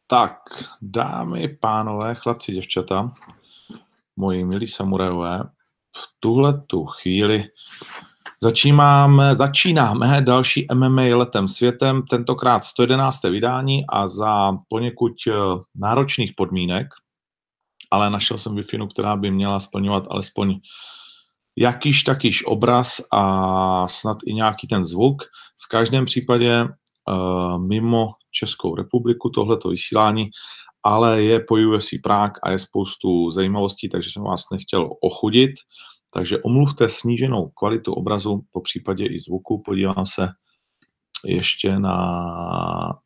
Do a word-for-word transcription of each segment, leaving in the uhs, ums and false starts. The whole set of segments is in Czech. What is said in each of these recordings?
Tak, dámy, pánové, chlapci, děvčata, moji milí samurajové, v tuhletu chvíli začínáme, začínáme další M M A letem světem, tentokrát sto jedenácté vydání a za poněkud náročných podmínek, ale našel jsem Wi-Fi, která by měla splňovat alespoň jakýž takýž obraz a snad i nějaký ten zvuk. V každém případě uh, mimo Českou republiku tohleto vysílání, ale je po U F C Prague a je spoustu zajímavostí, takže jsem vás nechtěl ochudit. Takže omluvte sníženou kvalitu obrazu, po případě i zvuku. Podívám se ještě na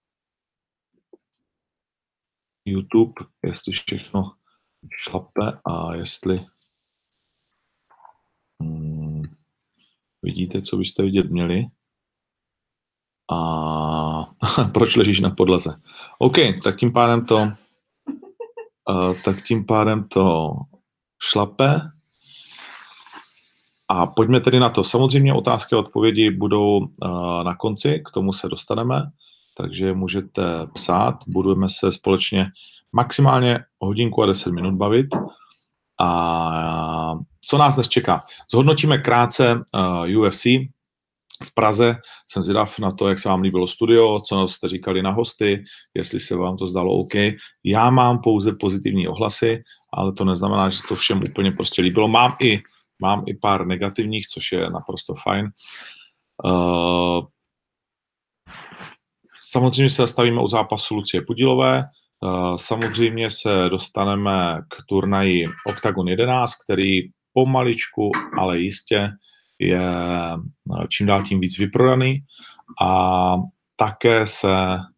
YouTube, jestli všechno šlape a jestli hmm, vidíte, co byste vidět měli. A proč ležíš na podlaze? OK, tak tím pádem to uh, tak tím pádem to šlape. A pojďme tedy na to. Samozřejmě otázky a odpovědi budou uh, na konci, k tomu se dostaneme, takže můžete psát, budeme se společně maximálně hodinku a deset minut bavit. A co nás dnes čeká? Zhodnotíme krátce uh, U F C. V Praze jsem zvědav na to, jak se vám líbilo studio, co jste říkali na hosty, jestli se vám to zdalo OK. Já mám pouze pozitivní ohlasy, ale to neznamená, že se to všem úplně prostě líbilo. Mám i, mám i pár negativních, což je naprosto fajn. Uh, samozřejmě se zastavíme u zápasu Lucie Pudilové. Uh, samozřejmě se dostaneme k turnaji Octagon jedenáct, který pomaličku, ale jistě je čím dál tím víc vyprodaný a také se,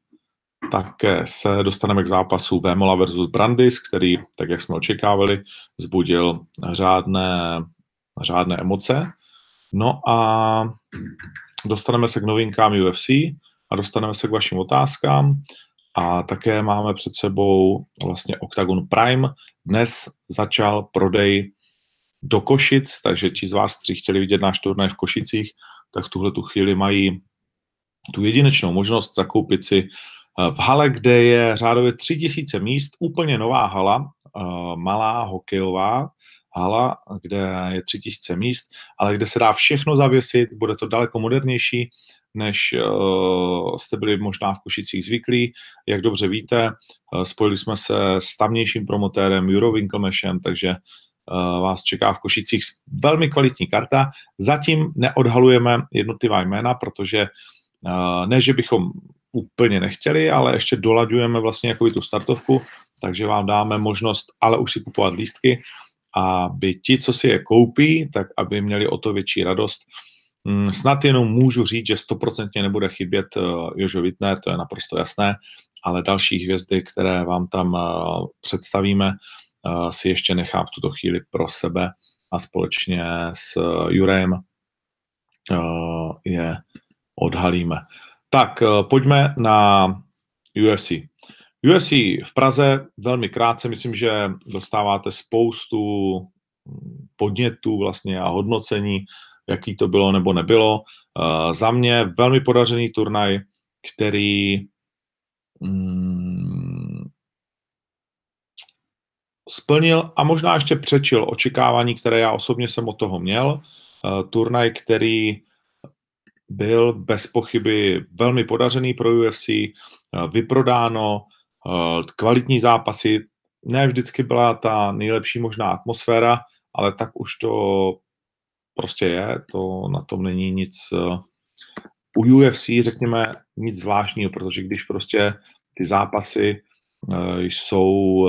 také se dostaneme k zápasu Vémola versus Brandis, který, tak jak jsme očekávali, vzbudil řádné, řádné emoce. No a dostaneme se k novinkám U F C a dostaneme se k vašim otázkám a také máme před sebou vlastně Octagon Prime. Dnes začal prodej do Košic, takže ti z vás, kteří chtěli vidět náš turnaj v Košicích, tak v tuhle tu chvíli mají tu jedinečnou možnost zakoupit si v hale, kde je řádově tři tisíce míst, úplně nová hala, malá hokejová hala, kde je tři tisíce míst, ale kde se dá všechno zavěsit, bude to daleko modernější, než jste byli možná v Košicích zvyklí. Jak dobře víte, spojili jsme se s tamnějším promotérem Juro Winkelmeshem, takže vás čeká v Košicích velmi kvalitní karta. Zatím neodhalujeme jednotlivá jména, protože ne, že bychom úplně nechtěli, ale ještě dolaďujeme vlastně jako tu startovku, takže vám dáme možnost ale už si kupovat lístky, aby ti, co si je koupí, tak aby měli o to větší radost. Snad jenom můžu říct, že stoprocentně nebude chybět Jožo Wittner, to je naprosto jasné, ale další hvězdy, které vám tam představíme, Uh, si ještě nechám v tuto chvíli pro sebe a společně s uh, Jurem uh, je odhalíme. Tak, uh, pojďme na U F C. U F C v Praze velmi krátce, myslím, že dostáváte spoustu podnětů vlastně a hodnocení, jaký to bylo nebo nebylo. Uh, za mě velmi podařený turnaj, který mm, splnil a možná ještě přečil očekávání, které já osobně jsem od toho měl. Uh, turnaj, který byl bez pochyby velmi podařený pro U F C, uh, vyprodáno, uh, kvalitní zápasy, ne vždycky byla ta nejlepší možná atmosféra, ale tak už to prostě je, to na tom není nic. Uh, u U F C řekněme nic zvláštního, protože když prostě ty zápasy uh, jsou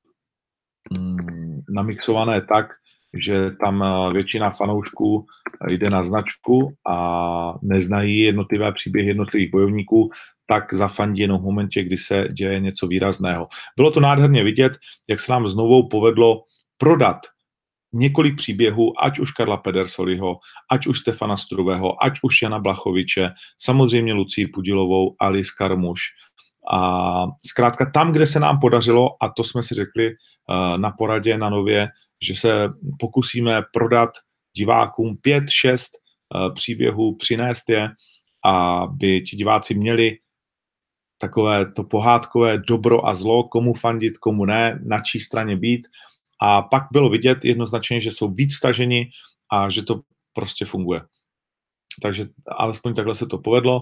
namixované tak, že tam většina fanoušků jde na značku a neznají jednotlivé příběhy jednotlivých bojovníků, tak zafandí jenom v momentě, kdy se děje něco výrazného. Bylo to nádherně vidět, jak se nám znovu povedlo prodat několik příběhů, ať už Karla Pedersoliho, ať už Stefana Struvého, ať už Jana Blachoviče, samozřejmě Lucii Pudilovou, Alice Karmuš. A zkrátka tam, kde se nám podařilo, a to jsme si řekli uh, na poradě na Nově, že se pokusíme prodat divákům pět, šest uh, příběhů, přinést je, aby ti diváci měli takové to pohádkové dobro a zlo, komu fandit, komu ne, na čí straně být. A pak bylo vidět jednoznačně, že jsou víc vtaženi a že to prostě funguje. Takže alespoň takhle se to povedlo.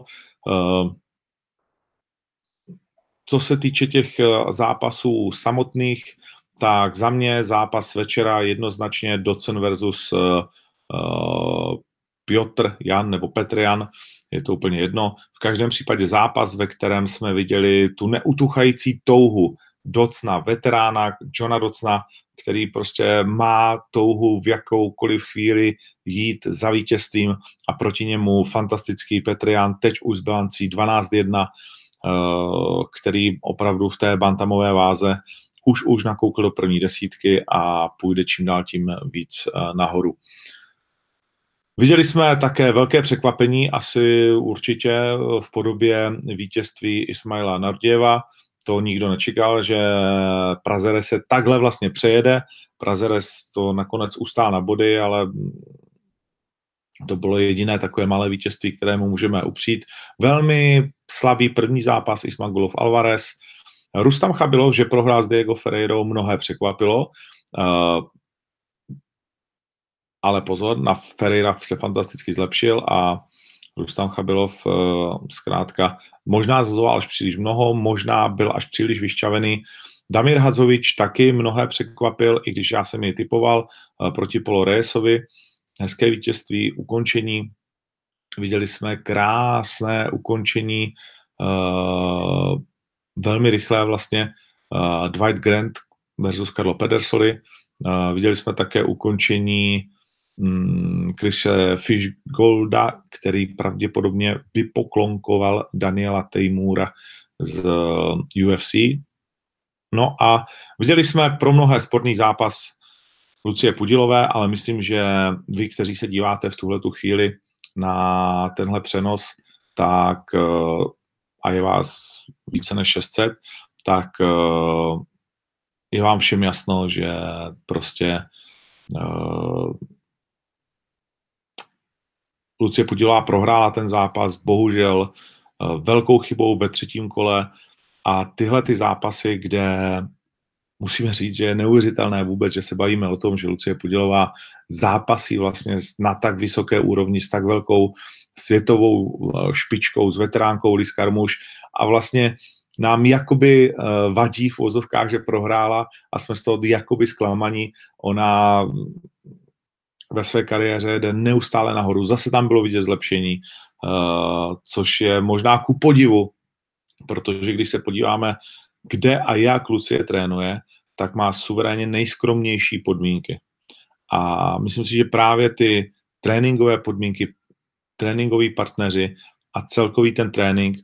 Co se týče těch zápasů samotných, tak za mě zápas večera jednoznačně Dodson versus uh, Piotr Jan nebo Petr Jan, je to úplně jedno. V každém případě zápas, ve kterém jsme viděli tu neutuchající touhu Dodsona, veterána Johna Dodsona, který prostě má touhu v jakoukoliv chvíli jít za vítězstvím a proti němu fantastický Petr Jan, teď už s bilancí dvanáct jedna, který opravdu v té bantamové váze už už nakoukl do první desítky a půjde čím dál tím víc nahoru. Viděli jsme také velké překvapení, asi určitě v podobě vítězství Ismaila Nardijeva. To nikdo nečekal, že Prazeres se takhle vlastně přejede. Prazeres to nakonec ustál na body, ale to bylo jediné takové malé vítězství, kterému můžeme upřít. Velmi slabý první zápas Ismagulov Alvarez. Rustam Chabilov, že prohrál s Diego Ferreirou, mnohé překvapilo. Ale pozor, na Ferreira se fantasticky zlepšil a Rustam Chabilov zkrátka možná zazoval až příliš mnoho, možná byl až příliš vyšťavený. Damir Hadzovič taky mnohé překvapil, i když já jsem jej typoval proti Polo Reyesovi. Hezké vítězství, ukončení. Viděli jsme krásné ukončení, uh, velmi rychlé vlastně, uh, Dwight Grant versus Carlo Pedersoli. Uh, viděli jsme také ukončení um, Chrise Fishgolda, který pravděpodobně vypoklonkoval Daniela Tejmura z uh, U F C. No a viděli jsme pro mnohé sportný zápas Lucie Pudilové, ale myslím, že vy, kteří se díváte v tuhletu chvíli na tenhle přenos, tak a je vás více než šest set, tak je vám všem jasno, že prostě Lucie Pudilová prohrála ten zápas, bohužel velkou chybou ve třetím kole a tyhle ty zápasy, kde musíme říct, že je neuvěřitelné vůbec, že se bavíme o tom, že Lucie Pudilová zápasí vlastně na tak vysoké úrovni s tak velkou světovou špičkou, s veteránkou Liz Carmouche a vlastně nám jakoby vadí v uvozovkách, že prohrála a jsme z toho jakoby zklamaní. Ona ve své kariéře jde neustále nahoru. Zase tam bylo vidět zlepšení, což je možná ku podivu, protože když se podíváme, kde a jak Lucie trénuje, tak má suverénně nejskromnější podmínky. A myslím si, že právě ty tréninkové podmínky, tréninkoví partneři a celkový ten trénink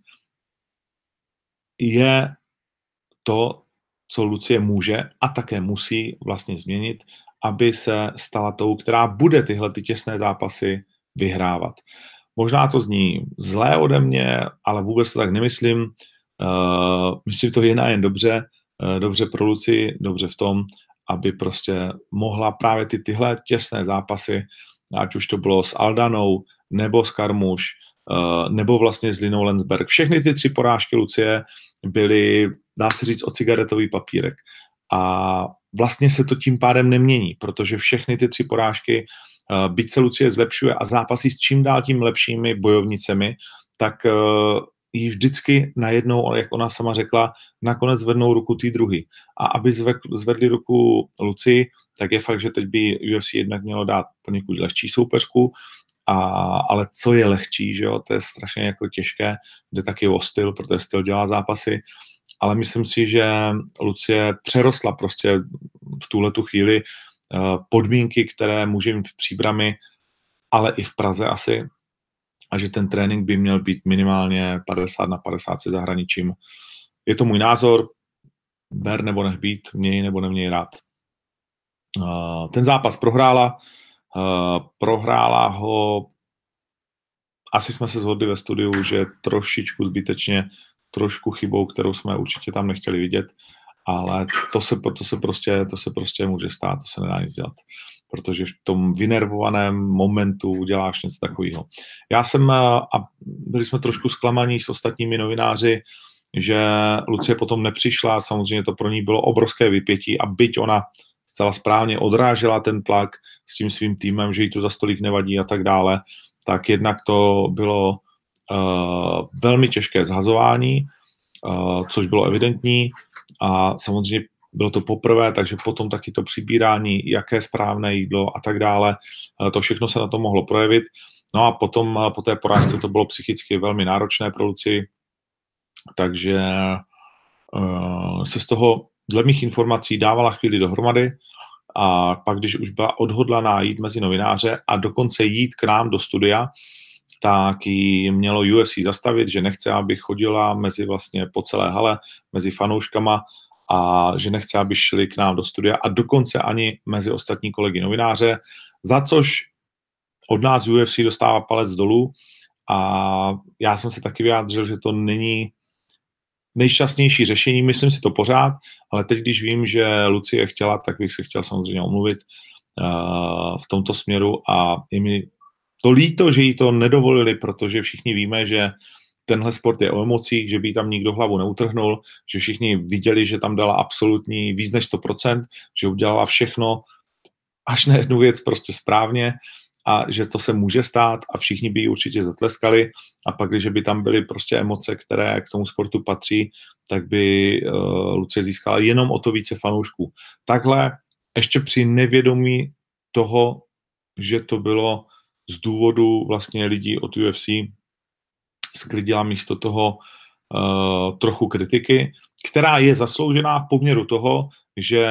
je to, co Lucie může a také musí vlastně změnit, aby se stala tou, která bude tyhle ty těsné zápasy vyhrávat. Možná to zní zlé ode mě, ale vůbec to tak nemyslím. Uh, myslím, to je jen dobře, uh, dobře pro Lucii, dobře v tom, aby prostě mohla právě ty tyhle těsné zápasy, ať už to bylo s Aldanou, nebo s Carmouche, uh, nebo vlastně s Linou Lensberg. Všechny ty tři porážky Lucie byly, dá se říct, o cigaretový papírek. A vlastně se to tím pádem nemění, protože všechny ty tři porážky, uh, byť se Lucie zlepšuje a zápasí s čím dál tím lepšími bojovnicemi, tak uh, jí vždycky najednou, jak ona sama řekla, nakonec zvednou ruku tý druhý. A aby zvedli ruku Lucii, tak je fakt, že teď by U F C jednak mělo dát poněkud lehčí soupeřku, a, ale co je lehčí, že jo, to je strašně jako těžké, jde taky o styl, protože styl dělá zápasy, ale myslím si, že Lucie přerostla prostě v tuhletu chvíli podmínky, které může mít v Příbrami, ale i v Praze asi, a že ten trénink by měl být minimálně padesát na padesát se zahraničím. Je to můj názor, ber nebo nech být, měj nebo neměj rád. Uh, ten zápas prohrála, uh, prohrála ho, asi jsme se shodli ve studiu, že trošičku zbytečně, trošku chybou, kterou jsme určitě tam nechtěli vidět, ale to se, to se, prostě, to se prostě může stát, to se nedá nic dělat, protože v tom vynervovaném momentu uděláš něco takového. Já jsem, a byli jsme trošku zklamaní s ostatními novináři, že Lucie potom nepřišla, samozřejmě to pro ní bylo obrovské vypětí a byť ona zcela správně odrážela ten tlak s tím svým týmem, že jí to za stolik nevadí a tak dále, tak jednak to bylo uh, velmi těžké zhazování, uh, což bylo evidentní a samozřejmě bylo to poprvé, takže potom taky to přibírání, jaké správné jídlo a tak dále, uh, to všechno se na to mohlo projevit. No a potom uh, po té porážce to bylo psychicky velmi náročné pro Lucii, takže uh, se z toho dle mých informací dávala chvíli dohromady a pak, když už byla odhodlaná jít mezi novináře a dokonce jít k nám do studia, tak ji mělo U F C zastavit, že nechce, aby chodila mezi vlastně po celé hale, mezi fanouškama a že nechce, aby šli k nám do studia a dokonce ani mezi ostatní kolegy novináře, za což od nás U F C dostává palec dolů a já jsem se taky vyjádřil, že to není nejšťastnější řešení, myslím si to pořád, ale teď, když vím, že Lucie chtěla, tak bych se chtěl samozřejmě omluvit uh, v tomto směru a je mi to líto, že jí to nedovolili, protože všichni víme, že tenhle sport je o emocích, že by tam nikdo hlavu neutrhnul, že všichni viděli, že tam dala absolutní víc než sto procent, že udělala všechno až na jednu věc prostě správně a že to se může stát a všichni by ji určitě zatleskali a pak, když by tam byly prostě emoce, které k tomu sportu patří, tak by uh, Lucie získala jenom o to více fanoušků. Takhle ještě při nevědomí toho, že to bylo z důvodu vlastně lidí od U F C, sklidila místo toho uh, trochu kritiky, která je zasloužená v poměru toho, že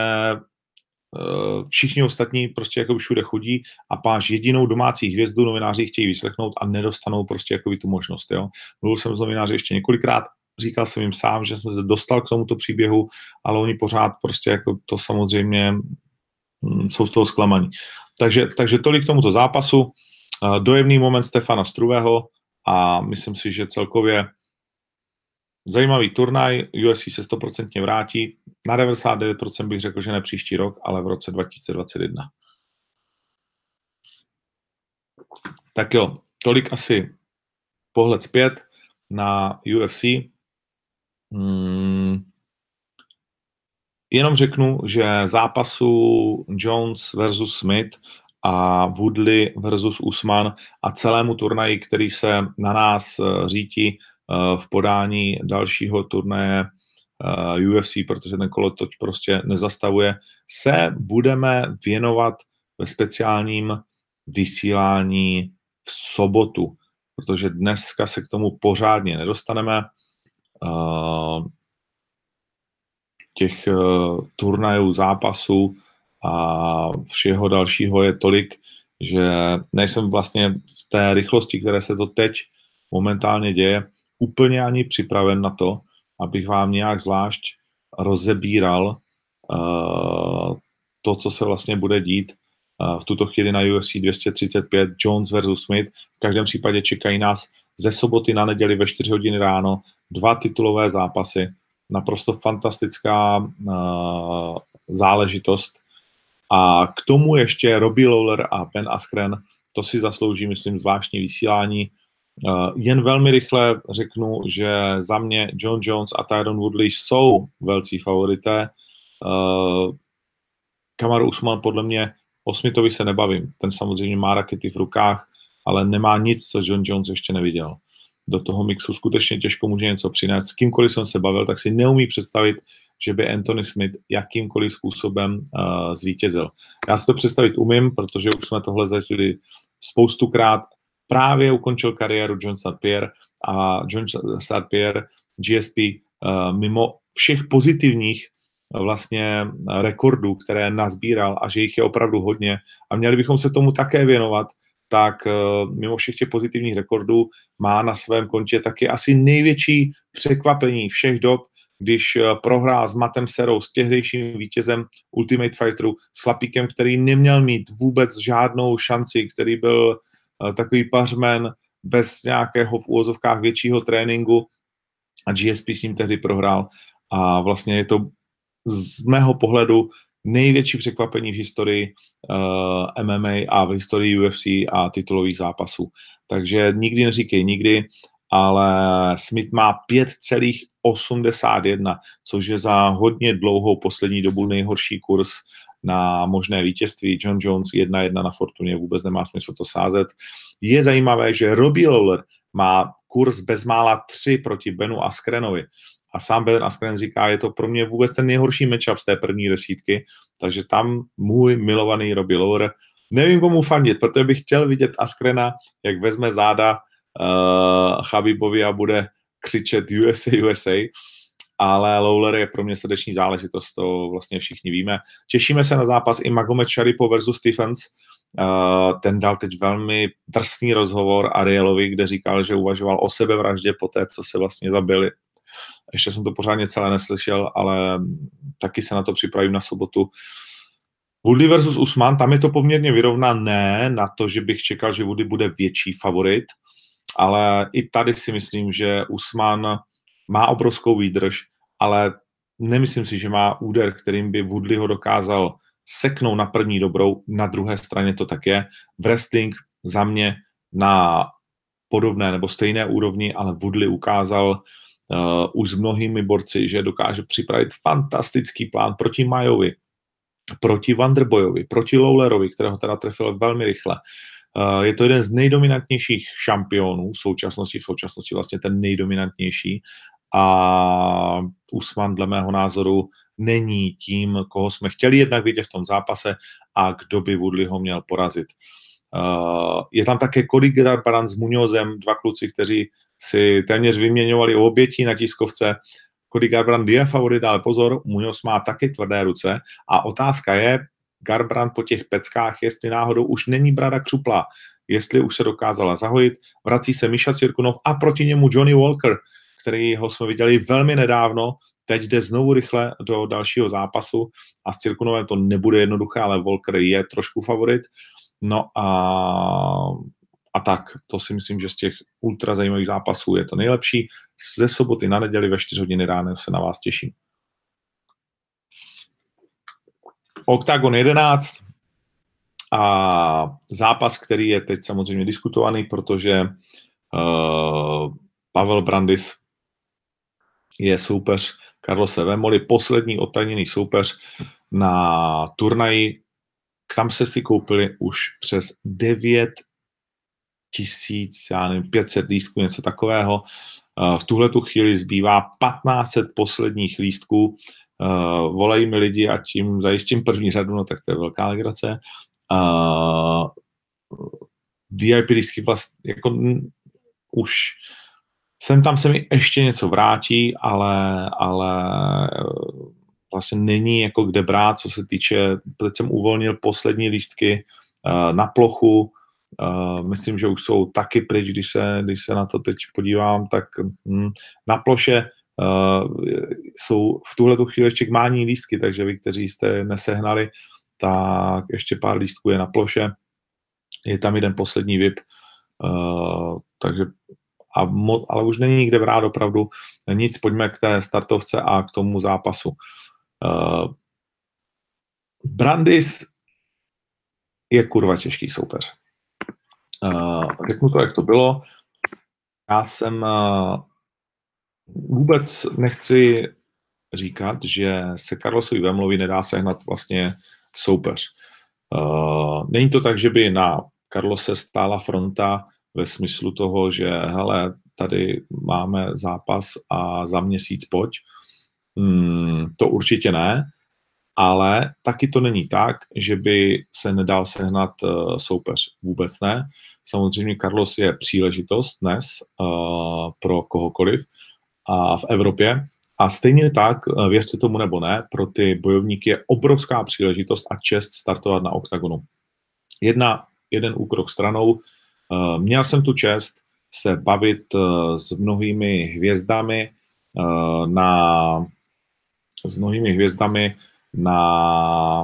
všichni ostatní prostě jako všude chodí a páš jedinou domácí hvězdu novináři chtějí vyslechnout a nedostanou prostě jako tu možnost. Jo. Mluvil jsem s novináři ještě několikrát, říkal jsem jim sám, že jsem se dostal k tomuto příběhu, ale oni pořád prostě jako to samozřejmě hm, jsou z toho zklamaní. Takže, takže tolik k tomuto zápasu. Dojemný moment Stefana Struveho a myslím si, že celkově zajímavý turnaj, U F C se stoprocentně vrátí. Na devadesát devět procent bych řekl, že ne příští rok, ale v roce dva tisíce dvacet jedna. Tak jo, tolik asi pohled zpět na U F C. Hmm. Jenom řeknu, že zápasu Jones versus Smith a Woodley versus Usman a celému turnaji, který se na nás řítí v podání dalšího turnaje U F C, protože ten kolotoč prostě nezastavuje, se budeme věnovat ve speciálním vysílání v sobotu, protože dneska se k tomu pořádně nedostaneme. Těch turnajů, zápasů a všeho dalšího je tolik, že nejsem vlastně v té rychlosti, které se to teď momentálně děje, úplně ani připraven na to, abych vám nějak zvlášť rozebíral uh, to, co se vlastně bude dít uh, v tuto chvíli na U F C dvě stě třicet pět, Jones versus Smith. V každém případě čekají nás ze soboty na neděli ve čtyři hodiny ráno dva titulové zápasy. Naprosto fantastická uh, záležitost. A k tomu ještě Robbie Lawler a Ben Askren, to si zaslouží, myslím, zvláštní vysílání. Uh, jen velmi rychle řeknu, že za mě John Jones a Tyron Woodley jsou velcí favorité. Uh, Kamaru Usman podle mě, o Smithovi se nebavím, ten samozřejmě má rakety v rukách, ale nemá nic, co John Jones ještě neviděl. Do toho mixu skutečně těžko může něco přinést. S kýmkoliv jsem se bavil, tak si neumí představit, že by Anthony Smith jakýmkoliv způsobem uh, zvítězil. Já si to představit umím, protože už jsme tohle zažili spoustukrát. Právě ukončil kariéru John Saint Pierre a John Saint Pierre G S P uh, mimo všech pozitivních uh, vlastně rekordů, které nazbíral a že jich je opravdu hodně a měli bychom se tomu také věnovat, tak uh, mimo všech těch pozitivních rekordů má na svém kontě taky asi největší překvapení všech dob, když uh, prohrál s Mattem Serrou, s tehdejším vítězem Ultimate Fighteru, s chlapíkem, který neměl mít vůbec žádnou šanci, který byl takový pařmen bez nějakého v úvozovkách většího tréninku a G S P s ním tehdy prohrál a vlastně je to z mého pohledu největší překvapení v historii uh, M M A a v historii U F C a titulových zápasů. Takže nikdy neříkej nikdy ale Smith má pět celá osmdesát jedna, což je za hodně dlouhou poslední dobu nejhorší kurz na možné vítězství. John Jones jedna jedna na Fortuně, vůbec nemá smysl to sázet. Je zajímavé, že Robbie Lawler má kurz bezmála tři proti Benu Askrenovi. A sám Ben Askren říká, je to pro mě vůbec ten nejhorší matchup z té první desítky, takže tam můj milovaný Robbie Lawler. Nevím, komu fandit, protože bych chtěl vidět Askrena, jak vezme záda uh, Chabibovi a bude křičet U S A, U S A, ale Lawler je pro mě srdeční záležitost, to vlastně všichni víme. Těšíme se na zápas i Magomed Sharipov versus Stephens. Uh, ten dal teď velmi drsný rozhovor Arielovi, kde říkal, že uvažoval o sebevraždě po té, co se vlastně zabili. Ještě jsem to pořádně celé neslyšel, ale taky se na to připravím na sobotu. Woodley versus Usman, tam je to poměrně vyrovnané na to, že bych čekal, že Woodley bude větší favorit, ale i tady si myslím, že Usman má obrovskou výdrž, ale nemyslím si, že má úder, kterým by Woodley ho dokázal seknout na první dobrou, na druhé straně to tak je. Wrestling za mě na podobné nebo stejné úrovni, ale Woodley ukázal uh, už s mnohými borci, že dokáže připravit fantastický plán proti Majovi, proti Wonderboyovi, proti Lawlerovi, kterého teda trefil velmi rychle. Uh, je to jeden z nejdominantnějších šampionů v současnosti, v současnosti vlastně ten nejdominantnější a Usman dle mého názoru není tím, koho jsme chtěli jednak vidět v tom zápase a kdo by Woodleyho měl porazit. Uh, je tam také Cody Garbrandt s Muñozem, dva kluci, kteří si téměř vyměňovali oběti na tiskovce. Cody Garbrandt je favorit, ale pozor, Muñoz má taky tvrdé ruce a otázka je, Garbrandt po těch peckách, jestli náhodou už není brada křuplá, jestli už se dokázala zahojit, vrací se Misha Cirkunov a proti němu Johnny Walker, kterýho jsme viděli velmi nedávno, teď jde znovu rychle do dalšího zápasu a s Cirkunovem to nebude jednoduché, ale Walker je trošku favorit. No a, a tak, to si myslím, že z těch ultra zajímavých zápasů je to nejlepší. Ze soboty na neděli ve čtyři hodiny ráno se na vás těším. Oktagon jedenáct a zápas, který je teď samozřejmě diskutovaný, protože uh, Pavel Brandis je soupeř Carlose Vemoli, poslední odtajněný soupeř na turnaji. Tam se si koupili už přes devět tisíc pět set lístků, něco takového. V tuhletu chvíli zbývá patnáct set posledních lístků. Volají mi lidi a tím zajistím první řadu, no tak to je velká legrace. V I P lístky vlastně jako už sem tam se mi ještě něco vrátí, ale, ale vlastně není jako kde brát, co se týče, teď jsem uvolnil poslední lístky uh, na plochu, uh, myslím, že už jsou taky pryč, když se, když se na to teď podívám, tak hm, na ploše uh, jsou v tuhletu chvíli ještě kmání lístky, takže vy, kteří jste nesehnali, tak ještě pár lístků je na ploše, je tam jeden poslední V I P, uh, takže A mo, ale už není nikde brát opravdu nic, pojďme k té startovce a k tomu zápasu. Uh, Brandis je kurva těžký soupeř. Uh, řeknu to, jak to bylo. Já jsem uh, vůbec nechci říkat, že se Carlosovi Vemlovi nedá sehnat vlastně soupeř. Uh, není to tak, že by na Carlose stála fronta ve smyslu toho, že hele, tady máme zápas a za měsíc pojď. Hmm, to určitě ne, ale taky to není tak, že by se nedal sehnat uh, soupeř. Vůbec ne. Samozřejmě Carlos je příležitost dnes uh, pro kohokoliv a v Evropě. A stejně tak, uh, věřte tomu nebo ne, pro ty bojovníky je obrovská příležitost a čest startovat na Oktagonu. Jedna, jeden úkrok stranou. Uh, měl jsem tu čest se bavit uh, s mnohými hvězdami uh, na s mnohými hvězdami na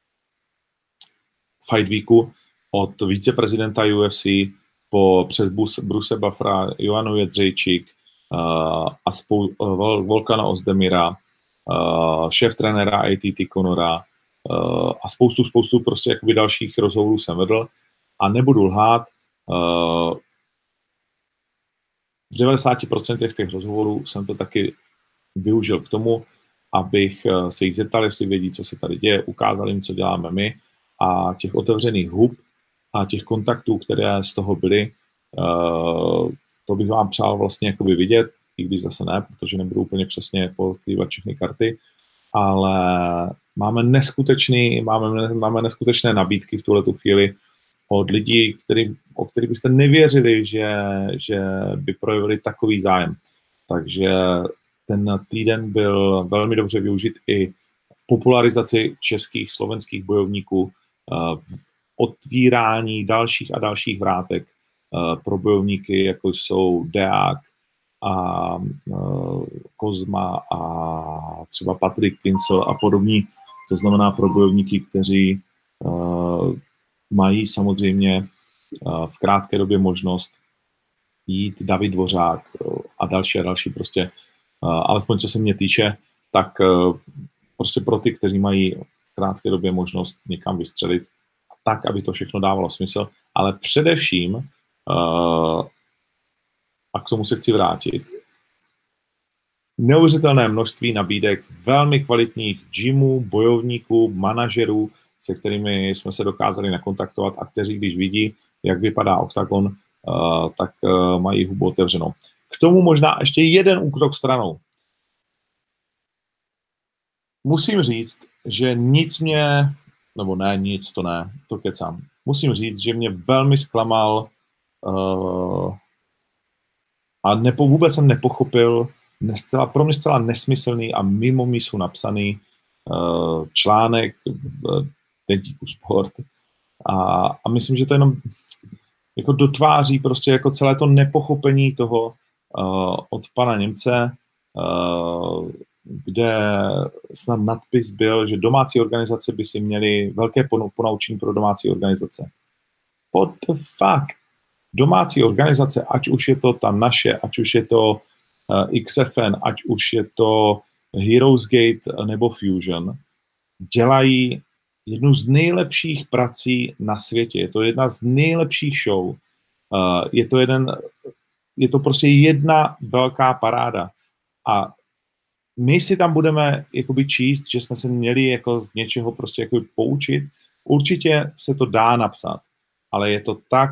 Fight Weeku od viceprezidenta U F C po přes Bruce Buffera, Joannu Jedřejčík uh, a spou, uh, Volkana Ozdemira, uh, šéf trenéra A T T Conora uh, a spoustu, spoustu prostě jakoby dalších rozhovorů jsem vedl a nebudu lhát, Uh, v devadesáti procentech těch rozhovorů jsem to taky využil k tomu, abych se jich zeptal, jestli vědí, co se tady děje, ukázal jim, co děláme my, a těch otevřených hub a těch kontaktů, které z toho byly, to bych vám přál vlastně jakoby vidět, i když zase ne, protože nebudu úplně přesně podkrývat všechny karty, ale máme neskutečný, máme, máme neskutečné nabídky v tuhletu chvíli od lidí, který, o kterých byste nevěřili, že, že by projevili takový zájem. Takže ten týden byl velmi dobře využit i v popularizaci českých, slovenských bojovníků, v otvírání dalších a dalších vrátek pro bojovníky, jako jsou Deák a Kozma a třeba Patrick Kincel a podobní. To znamená pro bojovníky, kteří mají samozřejmě v krátké době možnost jít David Dvořák a další a další prostě, alespoň co se mě týče, tak prostě pro ty, kteří mají v krátké době možnost někam vystřelit, tak, aby to všechno dávalo smysl, ale především, a k tomu se chci vrátit, neuvěřitelné množství nabídek velmi kvalitních gymů, bojovníků, manažerů, se kterými jsme se dokázali nakontaktovat a kteří, když vidí, jak vypadá OKTAGON, uh, tak uh, mají hubu otevřenou. K tomu možná ještě jeden úkrok stranou. Musím říct, že nic mě, nebo ne, nic, to ne, to kecám. Musím říct, že mě velmi zklamal uh, a nepo, vůbec jsem nepochopil nescela, pro mě zcela nesmyslný a mimo mísu napsaný uh, článek v Deníku Sport. A, a myslím, že to jenom jako dotváří prostě jako celé to nepochopení toho uh, od pana Němce, uh, kde snad nadpis byl, že domácí organizace by si měly velké ponaučení pro domácí organizace. What the fuck? Domácí organizace, ať už je to ta naše, ať už je to uh, X F N, ať už je to Heroes Gate nebo Fusion, dělají jednu z nejlepších prací na světě. Je to jedna z nejlepších show. Uh, je to jeden, je to prostě jedna velká paráda. A my si tam budeme jakoby číst, že jsme se měli jako z něčeho prostě jakoby poučit. Určitě se to dá napsat, ale je to tak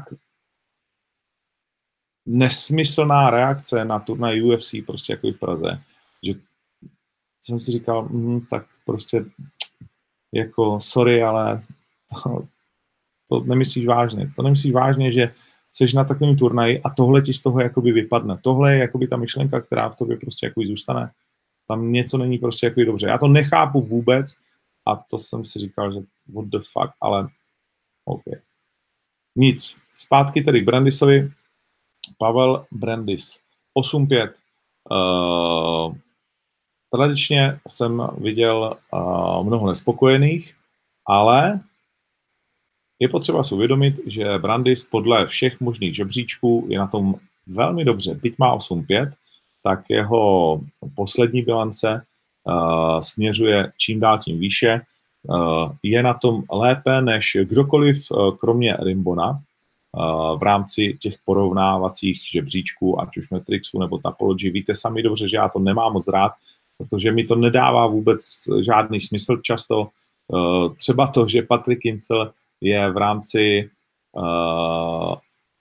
nesmyslná reakce na turnaj U F C prostě jako v Praze, že jsem si říkal, mm, tak prostě jako sorry, ale to, to nemyslíš vážně. To nemyslíš vážně, že seš na takovém turnaji a tohle ti z toho jakoby vypadne. Tohle je jakoby ta myšlenka, která v tobě prostě jakoby zůstane. Tam něco není prostě jakoby dobře. Já to nechápu vůbec a to jsem si říkal, že what the fuck, ale OK. Nic. Zpátky tedy k Brandisovi. Pavel Brandis. osm pět. Uh, Tradičně jsem viděl uh, mnoho nespokojených, ale je potřeba si uvědomit, že Brandis podle všech možných žebříčků je na tom velmi dobře. Byť má osm pět, tak jeho poslední bilance uh, směřuje čím dál tím výše. Uh, je na tom lépe než kdokoliv, uh, kromě Rimbona, uh, v rámci těch porovnávacích žebříčků, ať už Matrixu nebo Tapology. Víte sami dobře, že já to nemám moc rád, protože mi to nedává vůbec žádný smysl často. Uh, třeba to, že Patrick Kincel je v rámci uh,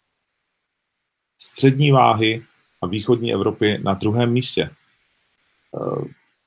střední váhy a východní Evropy na druhém místě. Uh,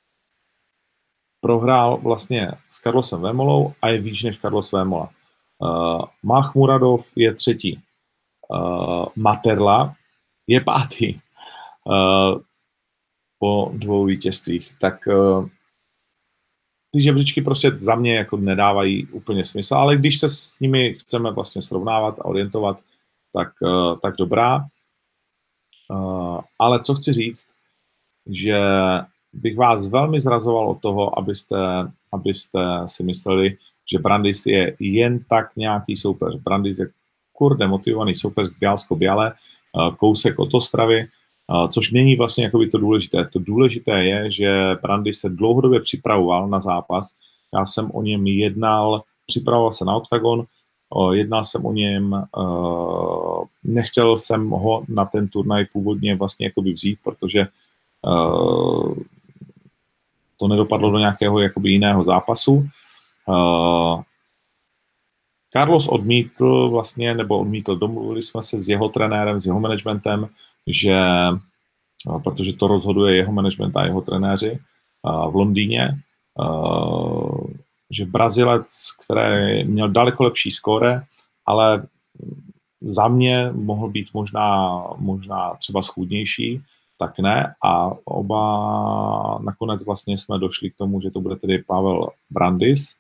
prohrál vlastně s Carlosem Vémolou a je výš než Carlos Vémola. Uh, Mahmuradov je třetí. Uh, Materla je pátý. Uh, po dvou vítězstvích. Tak uh, ty žebříčky prostě za mě jako nedávají úplně smysl, ale když se s nimi chceme vlastně srovnávat a orientovat, tak, uh, tak dobrá. Uh, ale co chci říct, že bych vás velmi zrazoval od toho, abyste, abyste si mysleli, že Brandis je jen tak nějaký soupeř. Brandis je kurde motivovaný soupeř z Bialsko-Biale, uh, kousek od Ostravy, uh, což není vlastně jakoby to důležité. To důležité je, že Brandis se dlouhodobě připravoval na zápas. Já jsem o něm jednal, připravoval se na OKTAGON, uh, jednal jsem o něm uh, Uh, nechtěl jsem ho na ten turnaj původně vlastně jakoby vzít, protože uh, to nedopadlo do nějakého jakoby jiného zápasu. Uh, Carlos odmítl vlastně, nebo odmítl, domluvili jsme se s jeho trenérem, s jeho managementem, že, uh, protože to rozhoduje jeho management a jeho trenéři uh, v Londýně, uh, že Brazilec, který měl daleko lepší skóre, ale za mě mohl být možná, možná třeba schůdnější, tak ne. A oba nakonec vlastně jsme došli k tomu, že to bude tedy Pavel Brandis,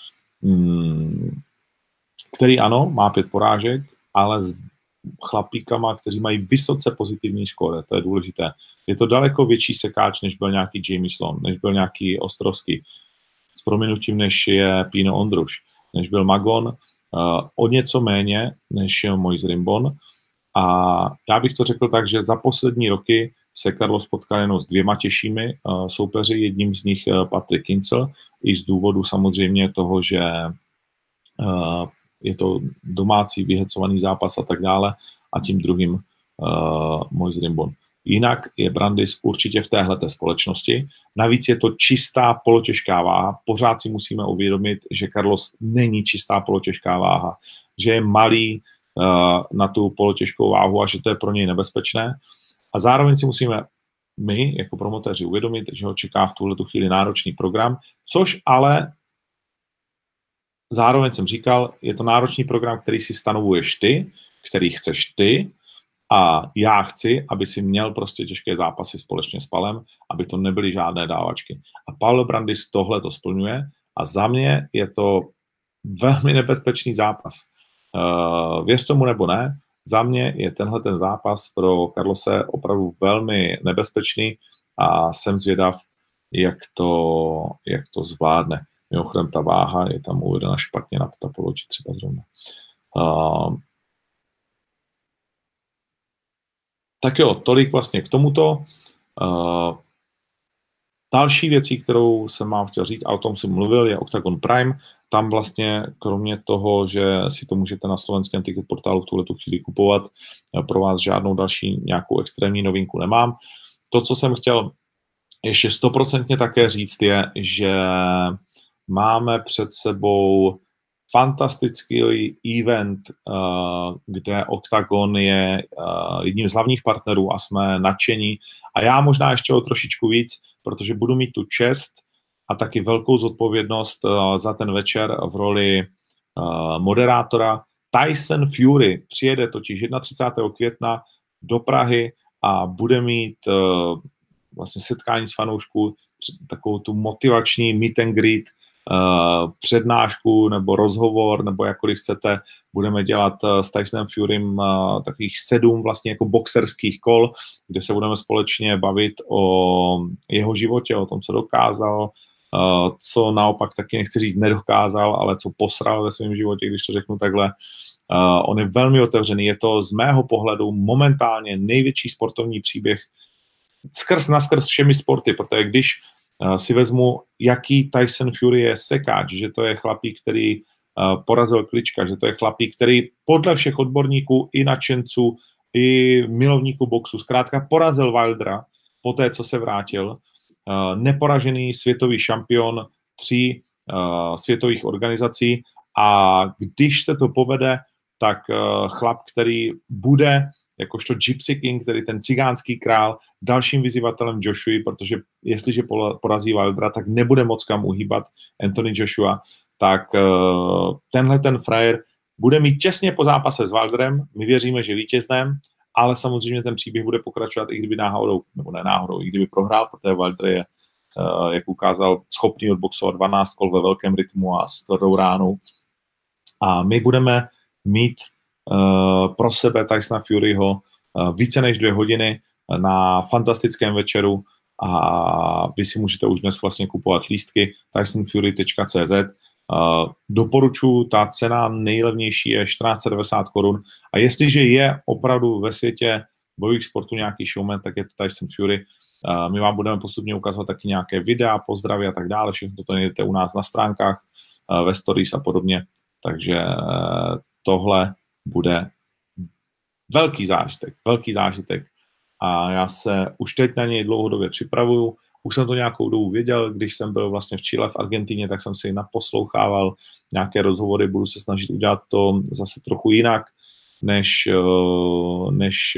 který ano, má pět porážek, ale s chlapíkama, kteří mají vysoce pozitivní skóre, to je důležité. Je to daleko větší sekáč, než byl nějaký Jamie Sloan, než byl nějaký Ostrovský, s prominutím, než je Pino Ondruš, než byl Magon, uh, o něco méně, než je Moise Rimbon. A já bych to řekl tak, že za poslední roky se Carlos potkal jenom s dvěma těžšími uh, soupeři, jedním z nich uh, Patrick Kincel, i z důvodu samozřejmě toho, že uh, je to domácí vyhecovaný zápas a tak dále, a tím druhým uh, Moise Rimbon. Jinak je Brandis určitě v téhleté společnosti. Navíc je to čistá polotěžká váha. Pořád si musíme uvědomit, že Carlos není čistá polotěžká váha, že je malý uh, na tu polotěžkou váhu a že to je pro něj nebezpečné. A zároveň si musíme my, jako promotéři, uvědomit, že ho čeká v tuhletu chvíli náročný program, což ale zároveň jsem říkal, je to náročný program, který si stanovuješ ty, který chceš ty, a já chci, aby si měl prostě těžké zápasy společně s Palem, aby to nebyly žádné dávačky. A Pavel Brandis tohle to splňuje a za mě je to velmi nebezpečný zápas. Uh, věř tomu nebo ne, za mě je tenhle ten zápas pro Carlose opravdu velmi nebezpečný a jsem zvědav, jak to, jak to zvládne. Mimochodem ta váha je tam uvedena špatně na Tapology třeba zrovna. Uh, Tak jo, tolik vlastně k tomuto. Uh, další věcí, kterou jsem vám chtěl říct, a o tom jsem mluvil, je Octagon Prime. Tam vlastně, kromě toho, že si to můžete na slovenském ticket portálu v tuhletu chvíli kupovat, pro vás žádnou další nějakou extrémní novinku nemám. To, co jsem chtěl ještě stoprocentně také říct, je, že máme před sebou fantastický event, kde Octagon je jedním z hlavních partnerů a jsme nadšení. A já možná ještě o trošičku víc, protože budu mít tu čest a taky velkou zodpovědnost za ten večer v roli moderátora. Tyson Fury přijede totiž třicátého prvního května do Prahy a bude mít vlastně setkání s fanoušků, takovou tu motivační meet and greet, Uh, přednášku nebo rozhovor, nebo jakkoliv chcete, budeme dělat uh, s Tysonem Furym uh, takových sedm vlastně jako boxerských kol, kde se budeme společně bavit o jeho životě, o tom, co dokázal, uh, co naopak taky nechci říct nedokázal, ale co posral ve svém životě, když to řeknu takhle. Uh, on je velmi otevřený, je to z mého pohledu momentálně největší sportovní příběh skrz naskrz všemi sporty, protože když si vezmu, jaký Tyson Fury je sekáč, že to je chlapík, který uh, porazil Klička, že to je chlapík, který podle všech odborníků i nadšenců, i milovníků boxu, zkrátka porazil Wildera po té, co se vrátil. Uh, neporažený světový šampion tří uh, světových organizací a když se to povede, tak uh, chlap, který bude jakožto Gypsy King, tedy ten cigánský král, dalším vyzývatelem Joshua, protože jestliže porazí Wildera, tak nebude moc kam uhýbat Anthony Joshua, tak uh, tenhle ten frajer bude mít těsně po zápase s Wilderem, my věříme, že vítěznem, ale samozřejmě ten příběh bude pokračovat, i kdyby náhodou, nebo ne náhodou, i kdyby prohrál, protože Wilder je, uh, jak ukázal, schopný odboxovat dvanáct kol ve velkém rytmu a s tvrdou ránou. A my budeme mít Uh, pro sebe Tysona Furyho uh, více než dvě hodiny na fantastickém večeru a vy si můžete už dnes vlastně kupovat lístky tyson fury tečka cé zet. Uh, doporučuji, ta cena nejlevnější je čtrnáct set devadesát korun a jestliže je opravdu ve světě bojových sportů nějaký showman, tak je to Tyson Fury. Uh, my vám budeme postupně ukazovat taky nějaké videa, pozdravy a tak dále, všechno to najdete u nás na stránkách, uh, ve stories a podobně, takže uh, tohle bude velký zážitek, velký zážitek. A já se už teď na něj dlouhodobě připravuju. Už jsem to nějakou dobu věděl, když jsem byl vlastně v Chile, v Argentině, tak jsem si naposlouchával nějaké rozhovory, budu se snažit udělat to zase trochu jinak, než, než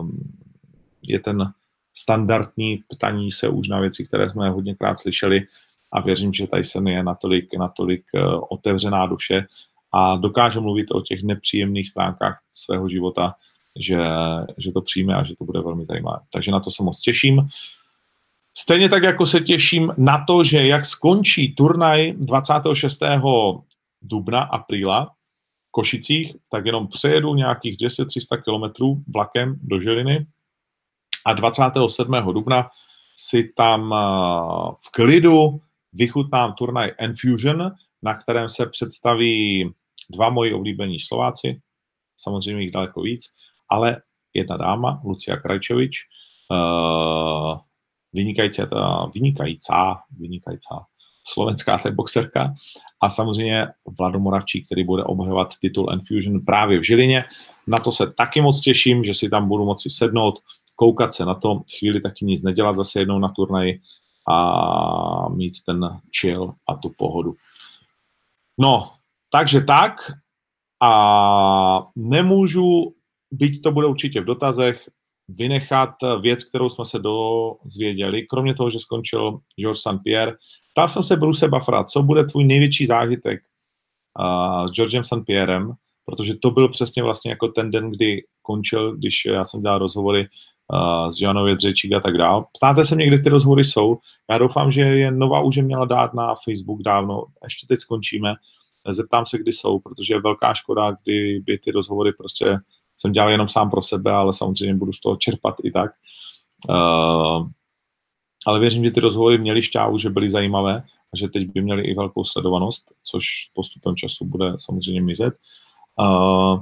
je ten standardní ptaní se už na věci, které jsme hodněkrát slyšeli, a věřím, že Tyson je natolik, natolik otevřená duše a dokáže mluvit o těch nepříjemných stránkách svého života, že, že to přijme a že to bude velmi zajímavé. Takže na to se moc těším. Stejně tak, jako se těším na to, že jak skončí turnaj dvacátého šestého dubna, apríla v Košicích, tak jenom přejedu nějakých dvě stě až tři sta kilometrů vlakem do Žiliny a dvacátého sedmého dubna si tam v klidu vychutnám turnaj Enfusion, na kterém se představí dva moji oblíbení Slováci, samozřejmě jich daleko víc, ale jedna dáma, Lucia Krajčovič, uh, vynikající, vynikajícá, vynikajícá slovenská boxerka a samozřejmě Vlado Moravčík, který bude obhajovat titul Enfusion právě v Žilině. Na to se taky moc těším, že si tam budu moci sednout, koukat se na to, chvíli taky nic nedělat zase jednou na turnaji a mít ten chill a tu pohodu. No, takže tak a nemůžu, byť to bude určitě v dotazech, vynechat věc, kterou jsme se dozvěděli, kromě toho, že skončil Georges Saint-Pierre. Ptal jsem se Bruce Buffera, co bude tvůj největší zážitek uh, s Georgem Saint-Pierrem, protože to byl přesně vlastně jako ten den, kdy končil, když já jsem dělal rozhovory uh, s Joanou Jedřečík a tak dál. Ptáte se mě, kde ty rozhovory jsou. Já doufám, že je Nová už je měla dát na Facebook dávno. Ještě teď skončíme. Zeptám se, kdy jsou, protože je velká škoda, kdyby ty rozhovory prostě jsem dělal jenom sám pro sebe, ale samozřejmě budu z toho čerpat i tak. Uh, ale věřím, že ty rozhovory měly šťávu, že byly zajímavé a že teď by měly i velkou sledovanost, což s postupem času bude samozřejmě mizet. Uh,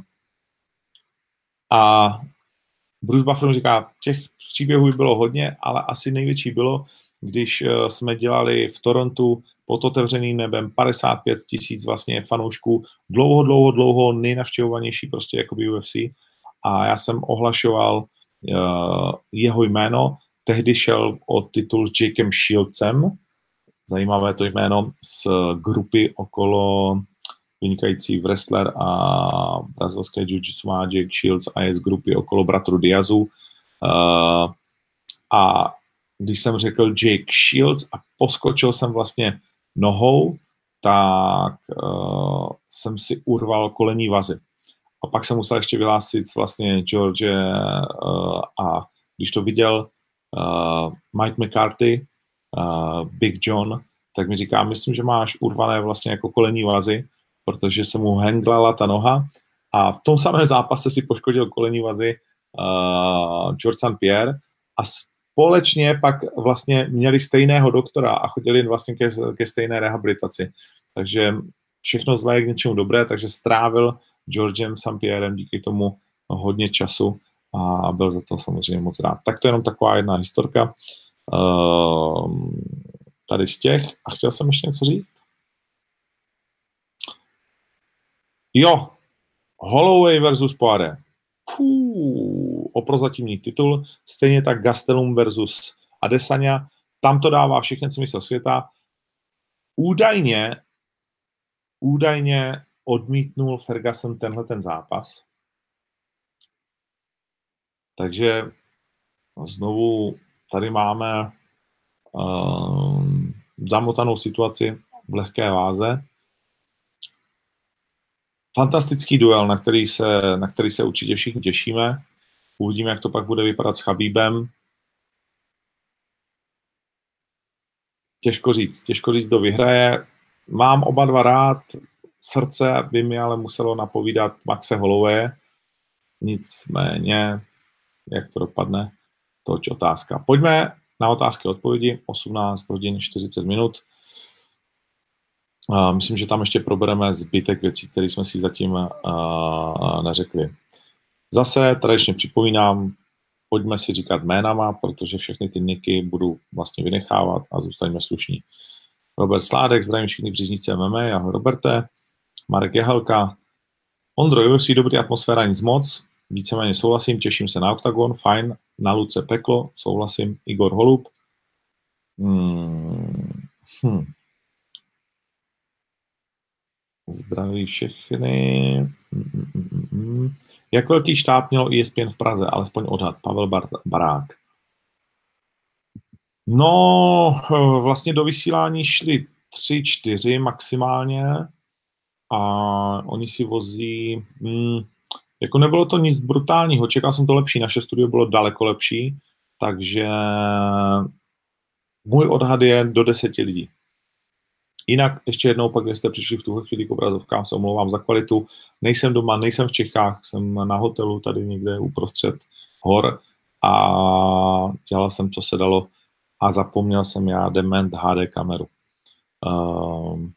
a Bruce Buffer říká, těch příběhů by bylo hodně, ale asi největší bylo, když uh, jsme dělali v Torontu pod otevřeným nebem padesát pět tisíc vlastně fanoušků, dlouho, dlouho, dlouho nejnavštěvovanější prostě jako U F C a já jsem ohlašoval uh, jeho jméno, tehdy šel o titul s Jakem Shieldsem, zajímavé to jméno, z grupy okolo vynikající wrestler a brazilské jiu-jitsu má Jake Shields a je z grupy okolo bratru Diazu. Uh, a když jsem řekl Jake Shields a poskočil jsem vlastně nohou, tak uh, jsem si urval kolenní vazy. A pak jsem musel ještě vyhlásit vlastně George uh, a když to viděl uh, Mike McCarthy, uh, Big John, tak mi říká, myslím, že máš urvané vlastně jako kolenní vazy, protože se mu henglala ta noha a v tom samém zápase si poškodil kolenní vazy uh, George Saint-Pierre a společně pak vlastně měli stejného doktora a chodili vlastně ke, ke stejné rehabilitaci. Takže všechno zlé je k něčemu dobré, takže strávil Georgem Saint-Pierrem díky tomu hodně času a byl za to samozřejmě moc rád. Tak to je jenom taková jedna historka uh, tady z těch. A chtěl jsem ještě něco říct? Jo, Holloway versus Poirier. Puh, o prozatímní titul, stejně tak Gastelum versus Adesanya. Tam to dává všechny smysl světa. Údajně, údajně odmítnul Ferguson tenhle ten zápas. Takže znovu tady máme um, zamotanou situaci v lehké váze. Fantastický duel, na který, se, na který se určitě všichni těšíme. Uvidíme, jak to pak bude vypadat s Chabibem. Těžko říct, těžko říct, kdo vyhraje. Mám oba dva rád, srdce by mi ale muselo napovídat Maxe Hollowaye. Nicméně, jak to dopadne, to je otázka. Pojďme na otázky a odpovědi, osmnáct hodin čtyřicet minut. Uh, myslím, že tam ještě probereme zbytek věcí, které jsme si zatím uh, neřekli. Zase tradičně připomínám, pojďme si říkat jménama, protože všechny ty niky budu vlastně vynechávat a zůstaňme slušní. Robert Sládek, zdravím všichni břižníci M M A, ahoj Roberte. Marek Jehelka, Ondro, U F C dobrý, atmosféra nic moc. Víceméně souhlasím, těším se na OKTAGON, fajn. Na Luce Peklo, souhlasím. Igor Holub. Hmm. Hm. Zdraví všechny. Mm, mm, mm. Jak velký štáb mělo E S P N v Praze? Alespoň odhad. Pavel Bar- Barák. No, vlastně do vysílání šli tři, čtyři maximálně a oni si vozí, hmm, jako nebylo to nic brutálního, čekal jsem to lepší, naše studio bylo daleko lepší, takže můj odhad je do deseti lidí. Jinak ještě jednou pak, když jste přišli v tuhle chvíli k obrazovkám, se omlouvám za kvalitu. Nejsem doma, nejsem v Čechách, jsem na hotelu tady někde uprostřed hor a dělal jsem, co se dalo a zapomněl jsem já dement H D kameru. Um,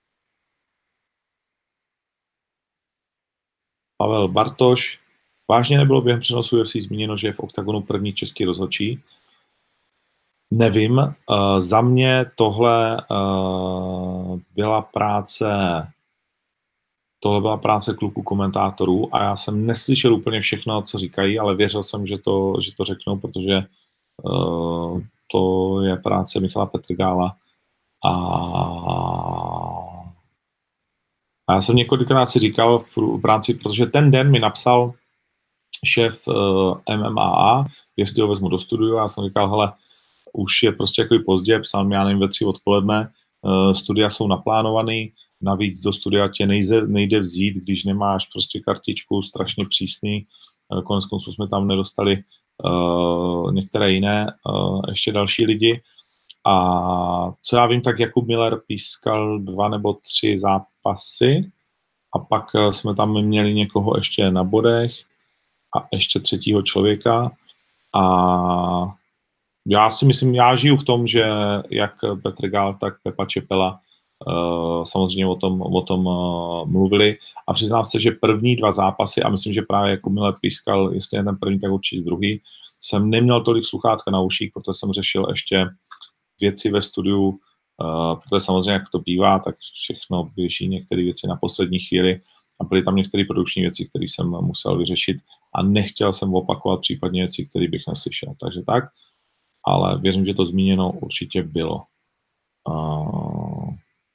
Pavel Bartoš. Vážně nebylo během přenosu U F C zmíněno, že je v OKTAGONu první český rozhodčí? Nevím. Uh, za mě tohle uh, byla práce tohle byla práce kluků komentátorů a já jsem neslyšel úplně všechno, co říkají, ale věřil jsem, že to, že to řeknou, protože uh, to je práce Michala Petrgála a, a já jsem několikrát si říkal v, v rámci, protože ten den mi napsal šéf uh, M M A A, jestli ho vezmu do studia, já jsem říkal, hele, už je prostě jako pozdě, psal mi, já nevím, ve tři odpoledne, uh, studia jsou naplánovaný, navíc do studia tě nejde, nejde vzít, když nemáš prostě kartičku, strašně přísný, uh, konec konců jsme tam nedostali uh, některé jiné, uh, ještě další lidi a co já vím, tak Jakub Miller pískal dva nebo tři zápasy a pak uh, jsme tam měli někoho ještě na bodech a ještě třetího člověka a já si myslím, já žiju v tom, že jak Petr Gál, tak Pepa Čepela uh, samozřejmě o tom, o tom uh, mluvili a přiznám se, že první dva zápasy a myslím, že právě jako Mile pískal, jestli je ten první, tak určitě druhý, jsem neměl tolik sluchátka na uších, protože jsem řešil ještě věci ve studiu, uh, protože samozřejmě jak to bývá, tak všechno běží některé věci na poslední chvíli a byly tam některé produkční věci, které jsem musel vyřešit a nechtěl jsem opakovat případně věci, které bych neslyšel. Takže tak, ale věřím, že to zmíněno určitě bylo. Uh...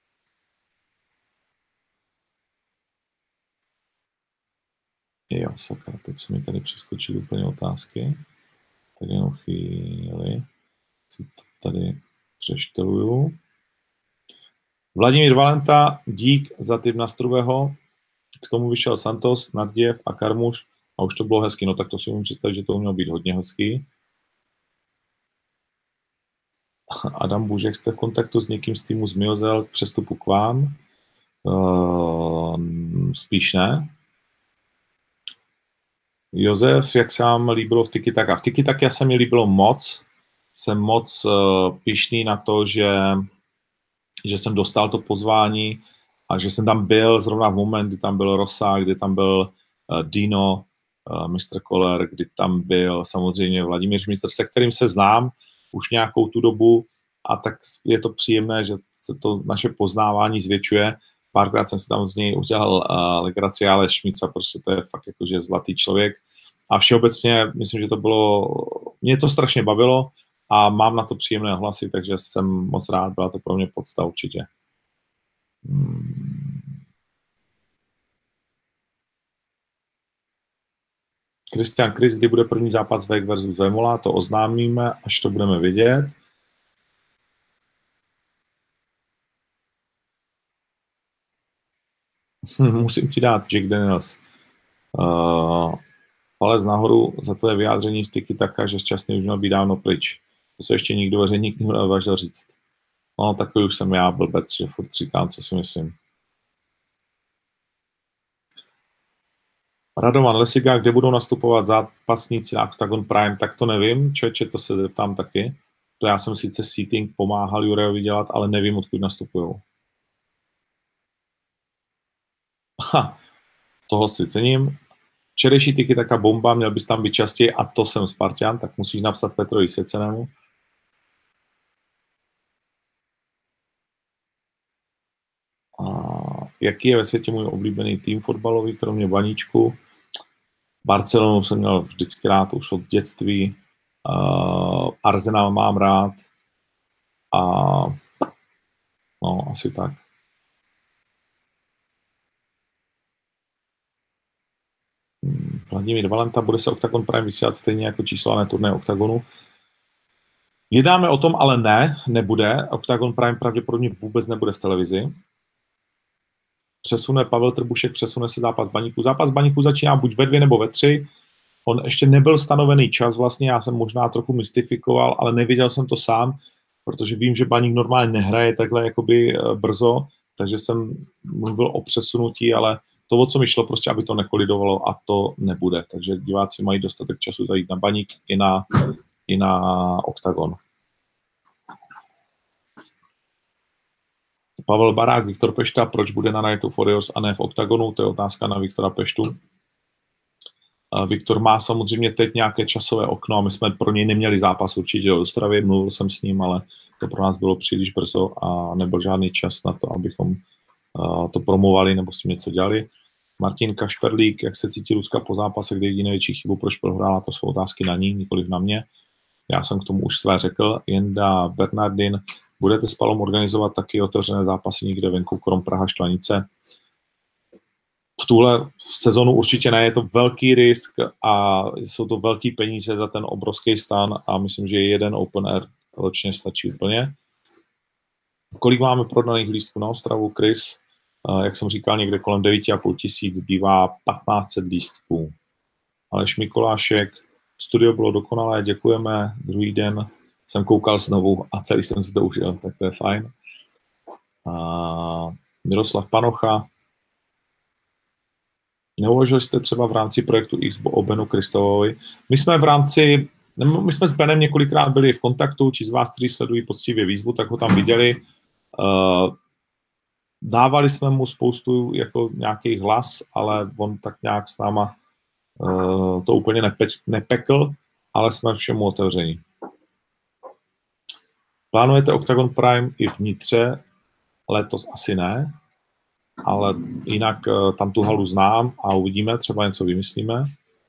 Jo, sakra, teď se mi tady přeskočily úplně otázky. Tak jenom chvíli si to tady přešteluju. Vladimír Valenta, dík za tip na Struvého. K tomu vyšel Santos, Nadděv a Karmuš a už to bylo hezky. No tak to si můžu představit, že to mělo být hodně hezký. Adam Bůžek, jste v kontaktu s někým z týmu z Miozel k přestupu k vám? Uh, spíš ne. Josef, jak se vám líbilo v Tiki Taka? V Tiki Taka se mi líbilo moc. Jsem moc uh, pyšný na to, že, že jsem dostal to pozvání a že jsem tam byl zrovna v moment, kdy tam byl Rosa, kdy tam byl uh, Dino, uh, mister Koller, kdy tam byl samozřejmě Vladimír Šmícer, se kterým se znám už nějakou tu dobu a tak je to příjemné, že se to naše poznávání zvětšuje. Párkrát jsem si tam z něj udělal uh, legraci, ale Šmíca prostě to je fakt jakože zlatý člověk. A všeobecně myslím, že to bylo, mě to strašně bavilo a mám na to příjemné hlasy, takže jsem moc rád, byla to pro mě podsta určitě. Christian Chris, kdy bude první zápas Vek versus Vemola, to oznámíme, až to budeme vědět. Musím ti dát Jack Daniels. Uh, palec nahoru za tvoje vyjádření v Tiki Taka, že šťastný už měl být dávno pryč. To se ještě nikdo veřejník neodvážil říct. No, takový už jsem já blbec, že furt říkám, co si myslím. Radovan Lesiga, kde budou nastupovat zápasníci na Octagon Prime, tak to nevím. Čeče, to se zeptám taky. To já jsem sice seating pomáhal Jurejovi dělat, ale nevím, odkud nastupují. Ha, toho si cením. Včerejší Tiki Taka bomba, měl bys tam být častěji a to jsem Spartan, tak musíš napsat Petrovi Secenému. A jaký je ve světě můj oblíbený tým fotbalový, kromě Baníčku? Barcelonu jsem měl vždycky rád, už od dětství. Uh, Arsenal mám rád. A no, asi tak. Vladimír Valenta, bude se Octagon Prime vysílat stejně jako čísla turné Octagonu? Jednáme o tom, ale ne, nebude. Octagon Prime pravděpodobně vůbec nebude v televizi. Přesune Pavel Trbušek, přesune se zápas Baníku. Zápas Baníku začíná buď ve dvě nebo ve tři. On ještě nebyl stanovený čas, vlastně já jsem možná trochu mystifikoval, ale neviděl jsem to sám, protože vím, že Baník normálně nehraje takhle jakoby brzo, takže jsem mluvil o přesunutí, ale to, o co mi šlo, prostě, aby to nekolidovalo a to nebude. Takže diváci mají dostatek času zajít na Baník i na, i na Octagon. Pavel Barák, Viktor Pešta, proč bude na Night of Warriors a ne v Octagonu? To je otázka na Viktora Peštu. Viktor má samozřejmě teď nějaké časové okno a my jsme pro něj neměli zápas určitě do Ostravy, mluvil jsem s ním, ale to pro nás bylo příliš brzo a nebyl žádný čas na to, abychom to promovali nebo s tím něco dělali. Martin Kašperlík, jak se cítí Ruska po zápase, kde jediné největší chybu, proč prohrála, to jsou otázky na ní, nikoliv na mě. Já jsem k tomu už své řekl. Jenda Bernardin, budete s Palom organizovat taky otevřené zápasy někde venku, krom Praha Štvanice? V tuhle sezonu určitě ne, je to velký risk a jsou to velký peníze za ten obrovský stan a myslím, že jeden open air ročně stačí úplně. Kolik máme prodaných lístků na Ostravu, Chris? Jak jsem říkal, někde kolem devět a půl tisíc, zbývá patnáct set lístků. Aleš Mikolášek, studio bylo dokonalé, děkujeme. Druhý den jsem koukal znovu a celý jsem si to užil, tak to je fajn. A Miroslav Panocha, neuvažovali jste třeba v rámci projektu X o Benu Kristovovi? My jsme v rámci, my jsme s Benem několikrát byli v kontaktu, či z vás, kteří sledují poctivě výzvu, tak ho tam viděli. Uh, dávali jsme mu spoustu jako nějaký hlas, ale on tak nějak s náma uh, to úplně nepe, nepekl, ale jsme všemu otevření. Plánujete Octagon Prime i vnitře? Letos asi ne, ale jinak uh, tam tu halu znám a uvidíme, třeba něco vymyslíme.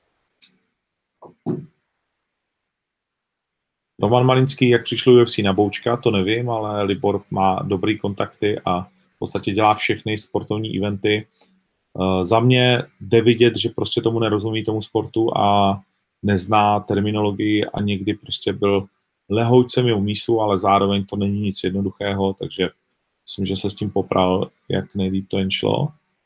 Roman Malinský, jak přišlo U F C na Boučka, to nevím, ale Libor má dobrý kontakty a v podstatě dělá všechny sportovní eventy. Uh, za mě jde vidět, že prostě tomu nerozumí tomu sportu a nezná terminologii a někdy prostě byl lehoučcem mimo mísu, ale zároveň to není nic jednoduchého, takže myslím, že se s tím popral, jak nejlíp to jen šlo.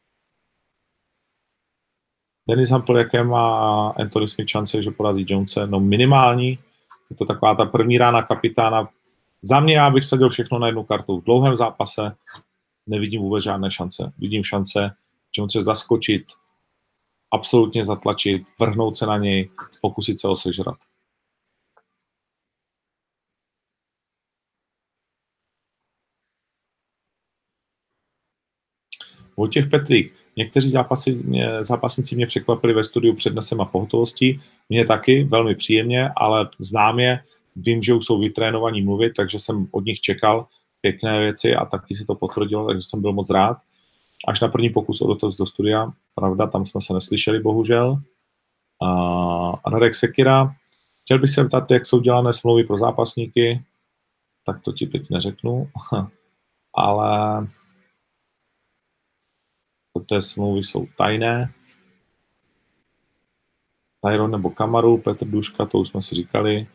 Dennis Hampel, jaké má Anthony Smith šance, že porazí Jonese? No minimální. Je to taková ta první rána kapitána. Za mě já bych sadil všechno na jednu kartu. V dlouhém zápase nevidím vůbec žádné šance. Vidím šance Jonese zaskočit, absolutně zatlačit, vrhnout se na něj, pokusit se ho sežrat. Vojtěch Petrík. Někteří zápasy, mě, zápasníci mě překvapili ve studiu přednesem a pohotovostí. Mě taky, velmi příjemně, ale znám je, vím, že už jsou vytrénovaní mluvit, takže jsem od nich čekal pěkné věci a taky se to potvrdilo, takže jsem byl moc rád. Až na první pokus o dotaz do studia, pravda, tam jsme se neslyšeli, bohužel. A Radek Sekira. Chtěl bych se ptát, jak jsou dělané smlouvy pro zápasníky, tak to ti teď neřeknu, ale té smlouvy jsou tajné. Tyron nebo Kamaru, Petr Duška, to už jsme si říkali.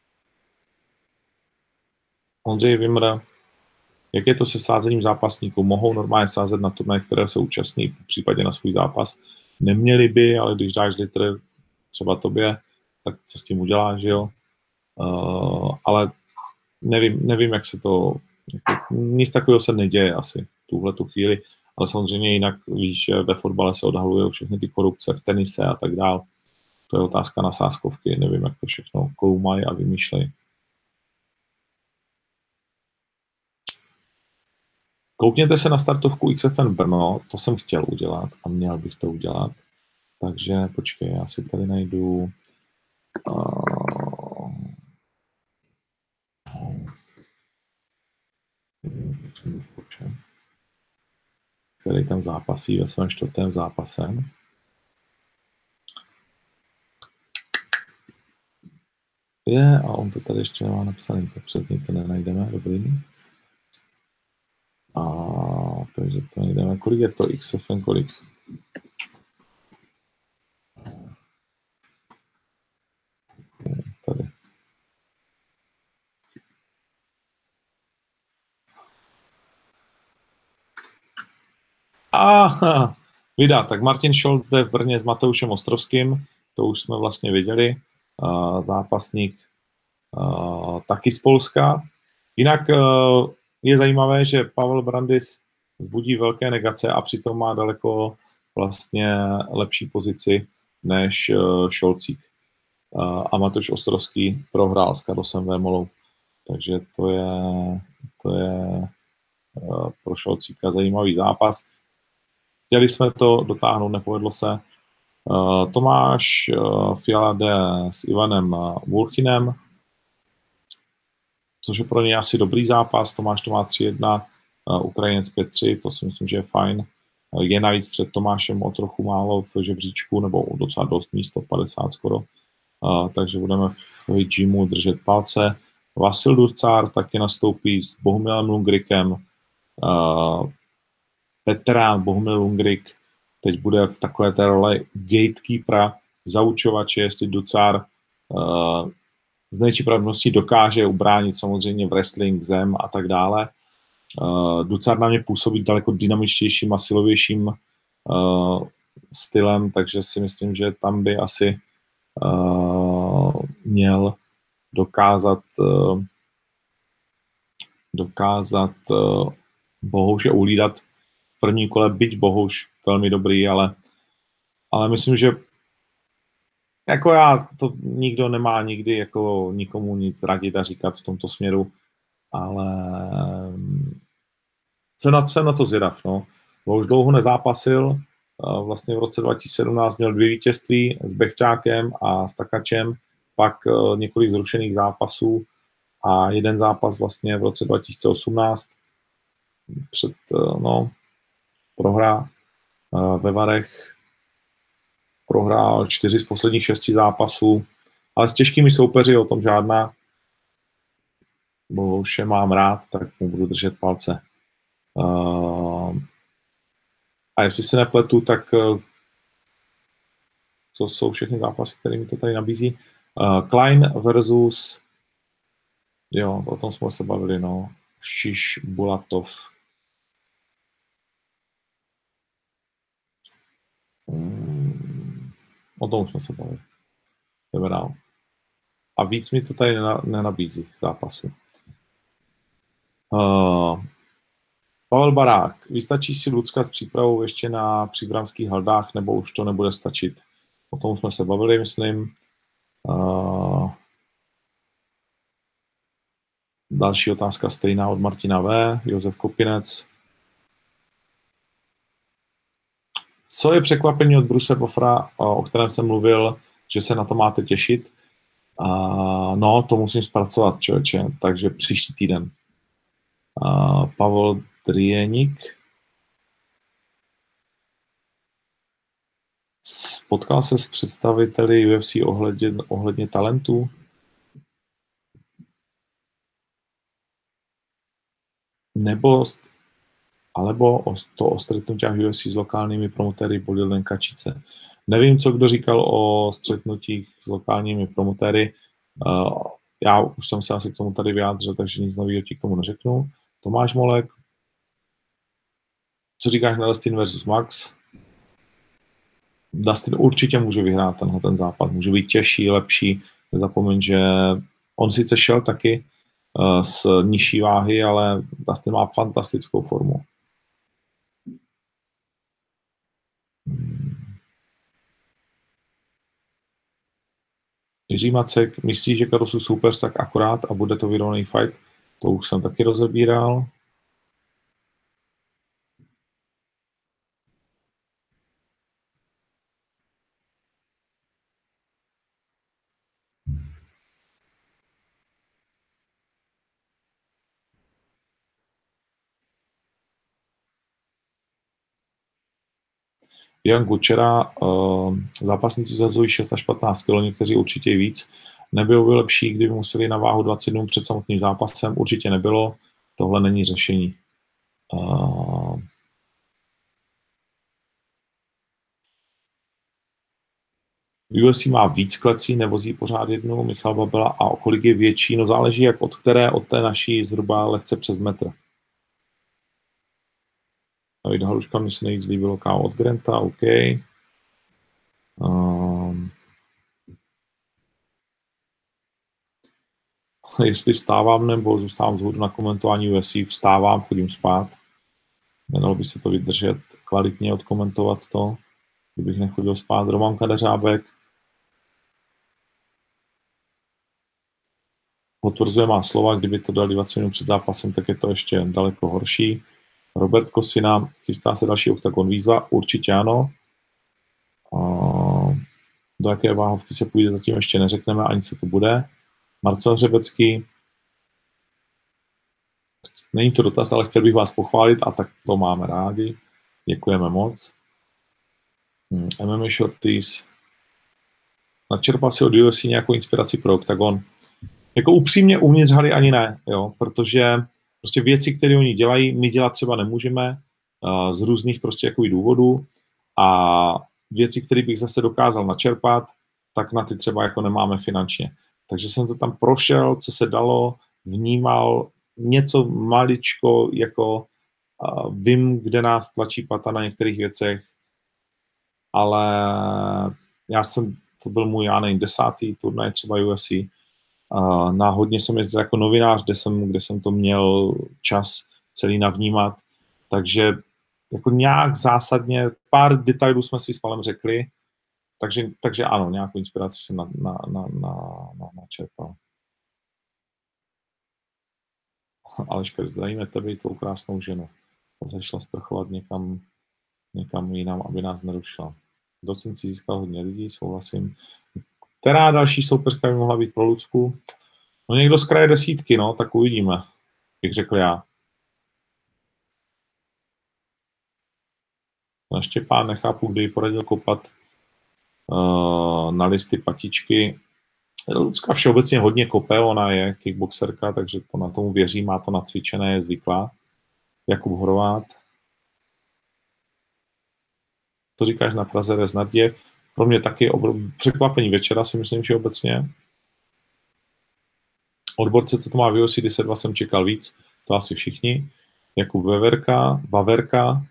Ondřej Vimr, jak je to se sázením zápasníků? Mohou normálně sázet na turnaje, které se účastní, v případě na svůj zápas? Neměli by, ale když dáš litr třeba tobě, tak co s tím uděláš, že jo? Uh, ale nevím, nevím, jak se to... Jako, nic takového se neděje asi v tuhle tu chvíli. Ale samozřejmě jinak víš, že ve fotbale se odhalují všechny ty korupce v tenise a tak dál. To je otázka na sázkovky, nevím, jak to všechno koumají a vymýšlejí. Koukněte se na startovku X F N Brno, to jsem chtěl udělat a měl bych to udělat. Takže počkej, já si tady najdu... Uh... který tam zápasí ve svém čtvrtém zápase. je, a on to tady ještě nemá napsaný, tak před ní to nenajdeme, dobrý. A takže to najdeme, kolik je to X F N, kolik? Tady. Aha, vydá, tak Martin Scholz jde v Brně s Mateušem Ostrovským, to už jsme vlastně viděli, uh, zápasník uh, taky z Polska. Jinak uh, je zajímavé, že Pavel Brandis vzbudí velké negace a přitom má daleko vlastně lepší pozici než uh, Šolcík. Uh, a Matouš Ostrovský prohrál s Karlosem Vémolou. Takže to je, to je uh, pro Šolcíka zajímavý zápas. Chtěli jsme to dotáhnout, nepovedlo se. Uh, Tomáš uh, Fiala jde s Ivanem uh, Vulchinem, což je pro něj asi dobrý zápas. Tomáš to má tři jedna, uh, Ukrajinec pět tři, to si myslím, že je fajn. Uh, je navíc před Tomášem o trochu málo v žebříčku, nebo docela dost, místo padesát skoro. Uh, takže budeme v gymu držet palce. Vasil Durcár taky nastoupí s Bohumilem Lungrikem. Uh, veterán Bohumil Lungrik teď bude v takové té roli gatekeepera, zaučovače, jestli Ducár uh, z největší pravděpodobností dokáže ubránit samozřejmě wrestling, zem a tak dále. Uh, Ducár na mě působí daleko dynamičtějším a silovějším uh, stylem, takže si myslím, že tam by asi uh, měl dokázat uh, dokázat uh, Bohouše uhlídat v prvním kole, byť Bohouš velmi dobrý, ale, ale myslím, že jako já, to nikdo nemá nikdy jako nikomu nic radit a říkat v tomto směru, ale jsem na, jsem na to zvědav, no. Už dlouho nezápasil, vlastně v roce dva tisíce sedmnáct měl dvě vítězství s Bechťákem a s Takačem, pak několik zrušených zápasů a jeden zápas vlastně v roce dva tisíce osmnáct před, no, prohra ve Varech, prohrál čtyři z posledních šesti zápasů, ale s těžkými soupeři, o tom žádná. Bo už je mám rád, tak mu budu držet palce. Uh, a jestli se nepletu, tak uh, to jsou všechny zápasy, které mi to tady nabízí. Uh, Klein versus, jo, o tom jsme se bavili, no, Šiš Bulatov. Um, o tom jsme se bavili. Jdeme dál. A víc mi to tady nenabízí zápasu. Uh, Pavel Barák, vystačí si Lucka s přípravou ještě na příbramských haldách, nebo už to nebude stačit? O tom jsme se bavili, myslím. Uh, další otázka stejná od Martina V. Josef Kopinec. Co je překvapení od Bruce Boffra, o kterém jsem mluvil, že se na to máte těšit? Uh, no, to musím zpracovat, člověče, takže příští týden. Uh, Pavel Drienik. Potkal se s představiteli U F C ohledně, ohledně talentů? Nebo alebo o to o střetnutích U F C s lokálními promotéry bolil len kačice. Nevím, co kdo říkal o střetnutích s lokálními promotéry. Uh, já už jsem se asi k tomu tady vyjádřil, takže nic nového ti k tomu neřeknu. Tomáš Molek. Co říkáš na Dustin versus Max? Dustin určitě může vyhrát tenhle ten zápas. Může být těžší, lepší. Nezapomeň, že on sice šel taky uh, z nižší váhy, ale Dustin má fantastickou formu. Jiří Macek, myslí, že Karlsův soupeř tak akorát a bude to vyrovnaný fight? To už jsem taky rozebíral. Jan Kučera, uh, zápasníci zazují šest až patnáct kilo, někteří určitě víc. Nebylo by lepší, kdyby museli na váhu dvacet dnů před samotným zápasem? Určitě nebylo. Tohle není řešení. Uh... U F C má víc klecí, nevozí pořád jednu, Michal Babela, a o kolik je větší? No záleží, jak od které, od té naší zhruba lehce přes metr. David Haluška, mně se nejvíc líbilo kámo od Granta, OK. Um... Jestli vstávám nebo zůstávám zhodu na komentování U F C, vstávám, chodím spát. Nedalo by se to vydržet kvalitně odkomentovat to, kdybych nechodil spát. Roman Kadeřábek potvrzuje má slova, kdyby to dali dvacet minut před zápasem, tak je to ještě daleko horší. Robert Kosina, chystá se další Octagon výzva? Určitě ano. Do jaké váhovky se půjde, zatím ještě neřekneme, ani co to bude. Marcel Hřebecký, není to dotaz, ale chtěl bych vás pochválit a tak to máme rádi. Děkujeme moc. Hmm, M M A Shorties. Načerpal si od U F C nějakou inspiraci pro Octagon? Jako upřímně uvnitř haly ani ne, jo, protože prostě věci, které oni dělají, my dělat třeba nemůžeme uh, z různých prostě jakových důvodů a věci, které bych zase dokázal načerpat, tak na ty třeba jako nemáme finančně. Takže jsem to tam prošel, co se dalo, vnímal něco maličko, jako uh, vím, kde nás tlačí pata na některých věcech, ale já jsem, to byl můj, já nevím, desátý turnaj třeba U F C, uh, náhodně jsem jezdil jako novinář, kde jsem, kde jsem to měl čas celý navnímat, takže jako nějak zásadně, pár detailů jsme si s Palem řekli, takže, takže ano, nějakou inspiraci jsem na, na, na, na, na, načerpal. Aleška, zdravíme tebe i tvou krásnou ženu. Zašla sprchovat někam, někam jinam, aby nás nerušila. Docent si získal hodně lidí, souhlasím. Která další soupeřka by mohla být pro Lucku? No někdo z kraje desítky, no, tak uvidíme, bych řekl já. Na Štěpán nechápu, kdy ji poradil kopat uh, na listy patičky. Lucka všeobecně hodně kope, ona je kickboxerka, takže to na tomu věří, má to nacvičené, je zvyklá. Jakub Horvát. To říkáš na Praze Rez Nadějev. Pro mě taky obrov... překvapení večera, si myslím, že obecně. Odborce, co to má v U F C deset dva, jsem čekal víc, to asi všichni. Jakub Veverka, Vaverka.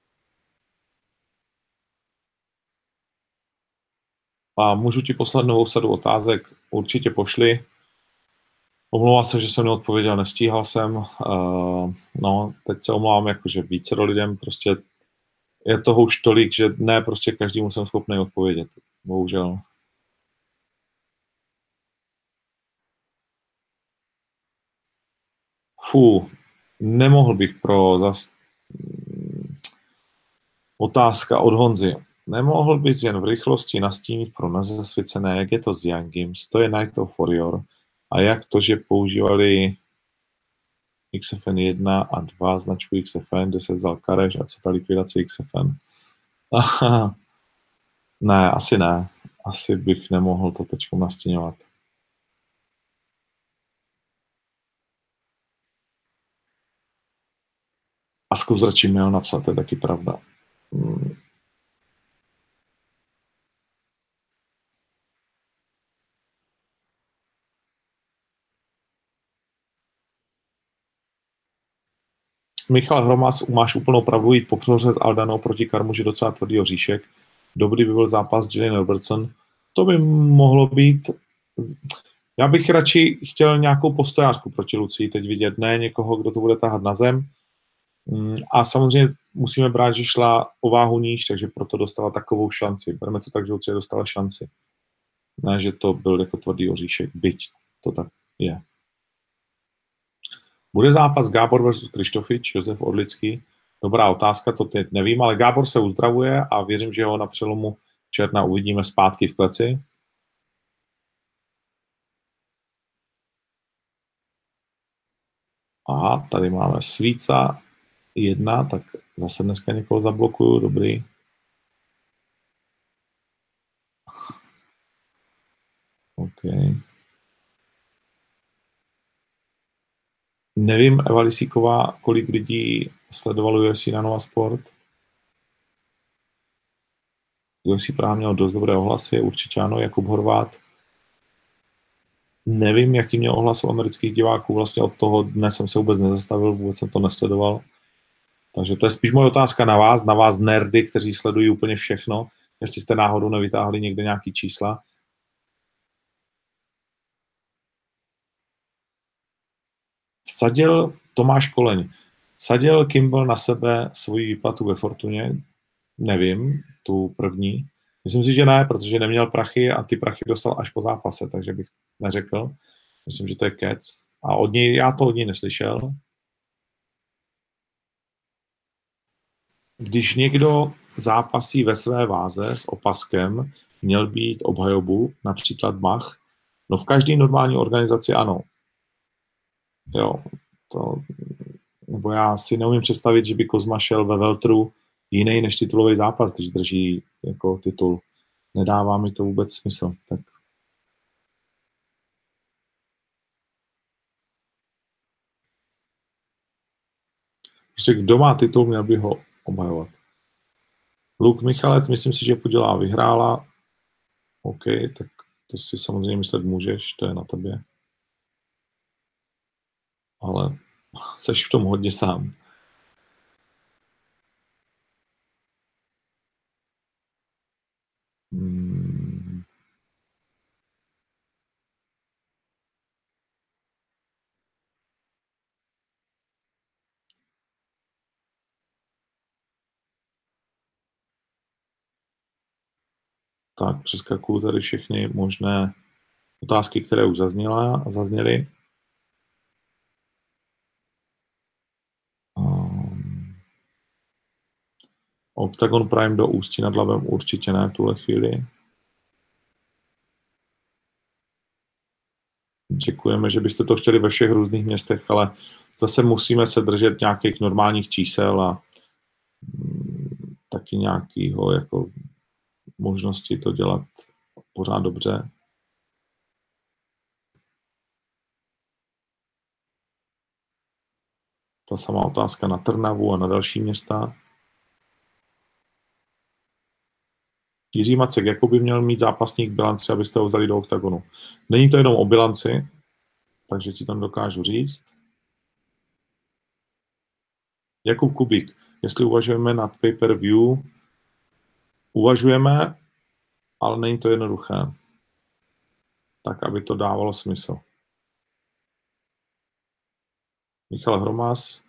A můžu ti poslat novou sadu otázek, určitě pošli. Omlouvám se, že jsem neodpověděl, nestíhal jsem. Uh, no, teď se omlouvám jakože více do lidem, prostě je toho už tolik, že ne, prostě každému jsem schopný odpovědět, bohužel. Fú, nemohl bych pro zas... Otázka od Honzy. Nemohl bys jen v rychlosti nastínit pro nezasvěcené, jak je to s Young Games, to je Night of Warrior, a jak to, že používali X F N jedna a dva značku X F N, kde se vzal Kareš a co ta likvidace X F N. Aha. Ne, asi ne. Asi bych nemohl to teďkom nastíňovat. A zkoušračí měl napsat, to je taky pravda. Hmm. Michal Hromas, máš úplnou pravdu, jít po přohře s Aldanou proti Karmu, že docela tvrdý oříšek. Dobrý by byl zápas Jalen Robertson. To by mohlo být... Já bych radši chtěl nějakou postojářku proti Lucii teď vidět, ne někoho, kdo to bude tahat na zem. A samozřejmě musíme brát, že šla o váhu níž, takže proto dostala takovou šanci. Bereme to tak, že Lucie dostala šanci. Ne, že to byl jako tvrdý oříšek, byť to tak je. Bude zápas Gábor versus Krištofič, Josef Orlický? Dobrá otázka, to teď nevím, ale Gábor se uzdravuje a věřím, že ho na přelomu června uvidíme zpátky v kleci. Aha, tady máme Svíca jedna, tak zase dneska někoho zablokuju, dobrý. OK. Nevím, Eva Lisíková, kolik lidí sledovalo U F C na Nova Sport. U F C právě měl dost dobré ohlasy, určitě ano, Jakub Horvát. Nevím, jaký měl ohlas u amerických diváků, vlastně od toho dne jsem se vůbec nezastavil, vůbec jsem to nesledoval. Takže to je spíš moje otázka na vás, na vás nerdy, kteří sledují úplně všechno, jestli jste náhodou nevytáhli někde nějaký čísla. Vsadil Tomáš Koleň. Vsadil Kimball na sebe svoji výplatu ve Fortuně? Nevím, tu první. Myslím si, že ne, protože neměl prachy a ty prachy dostal až po zápase, takže bych neřekl. Myslím, že to je kec. A od něj, já to od něj neslyšel. Když někdo zápasí ve své váze s opaskem, měl být obhajobu, například Mach, no v každé normální organizaci ano. Jo, to, nebo já si neumím představit, že by Kozma šel ve welteru jiný než titulový zápas, když drží jako titul. Nedává mi to vůbec smysl. Tak. Prostě kdo má titul, měl by ho obhajovat. Luk Michalec, myslím si, že Podilá vyhrála. OK, tak to si samozřejmě myslet můžeš, to je na tebe. Ale seš v tom hodně sám. Hmm. Tak přeskakuju tady všechny možné otázky, které už zazněla, zazněly. Um, Octagon Prime do Ústí nad Labem určitě ne v tuhle chvíli. Děkujeme, že byste to chtěli ve všech různých městech, ale zase musíme se držet nějakých normálních čísel a mm, taky nějakého jako možnosti to dělat pořád dobře. Ta samá otázka na Trnavu a na další města. Jiří Macek, jakou by měl mít zápasník bilanci, abyste ho vzali do oktagonu? Není to jenom o bilanci, takže ti tam dokážu říct. Jakub Kubík, jestli uvažujeme nad pay-per-view, uvažujeme, ale není to jednoduché. Tak, aby to dávalo smysl. Michal Hromas.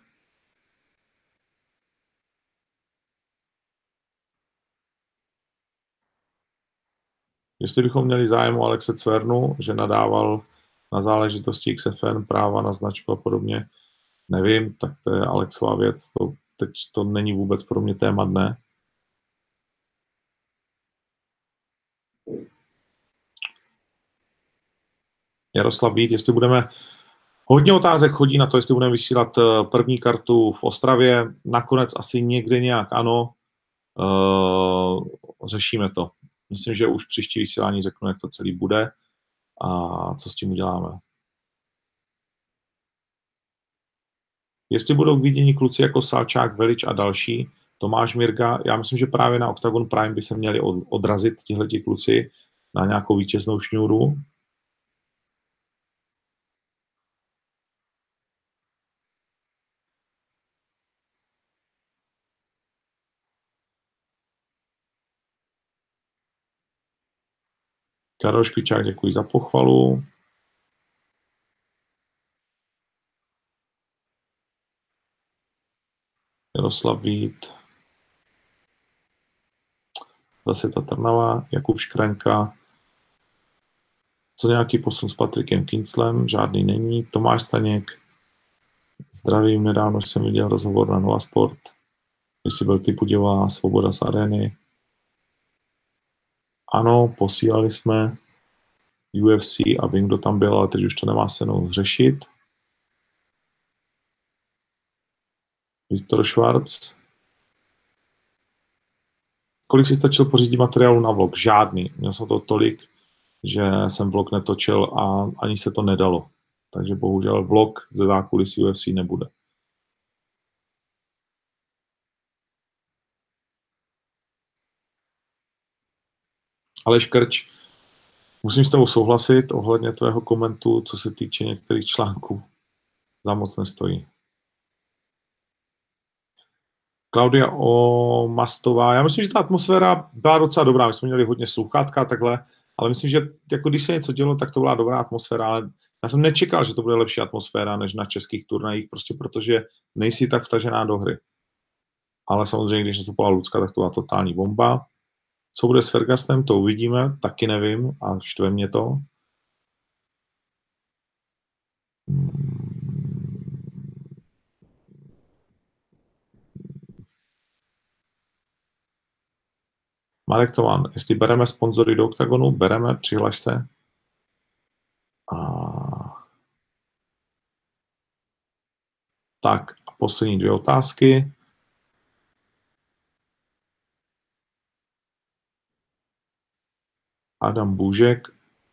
Jestli bychom měli zájem o Alexe Cvernu, že nadával na záležitosti X F N, práva na značku a podobně, nevím, tak to je Alexová věc. To, teď to není vůbec pro mě téma dne. Jaroslav Vít, jestli budeme... Hodně otázek chodí na to, jestli budeme vysílat první kartu v Ostravě. Nakonec asi někde nějak ano. Uh, řešíme to. Myslím, že už příští vysílání řeknu, jak to celý bude a co s tím uděláme. Jestli budou k vidění kluci jako Salčák, Velič a další, Tomáš Mirga, já myslím, že právě na Octagon Prime by se měli odrazit tihleti kluci na nějakou vítěznou šňůru. Karol Špičák, děkuji za pochvalu. Jaroslav Vít. Zase ta Trnava. Jakub Škraňka. Co nějaký posun s Patrikem Kinslem? Žádný není. Tomáš Staněk. Zdravím, nedávno jsem viděl rozhovor na Nova Sport. Jestli byl typu divá Svoboda z arény. Ano, posílali jsme U F C a vím, kdo tam byl, ale teď už to nemá cenu řešit. Viktor Schwarz. Kolik si stačil pořídit materiálu na vlog? Žádný. Měl jsem to tolik, že jsem vlog netočil a ani se to nedalo. takže bohužel vlog ze zákulisí U F C nebude. Aleš Krč, musím s tebou souhlasit ohledně tvého komentu, co se týče některých článků. Za moc nestojí. Klaudia O. Mastová, já myslím, že ta atmosféra byla docela dobrá, my jsme měli hodně sluchátka a takhle, ale myslím, že jako když se něco dělo, tak to byla dobrá atmosféra, ale já jsem nečekal, že to bude lepší atmosféra než na českých turnajích, prostě protože nejsi tak vtažená do hry. Ale samozřejmě, když nastupovala Lucka, tak to byla totální bomba. Co bude s Fergustem, to uvidíme, taky nevím a štve mě to. Marek Toman, jestli bereme sponzory do Octagonu, bereme, přihlaš se. A... Tak a poslední dvě otázky. Adam Bůžek.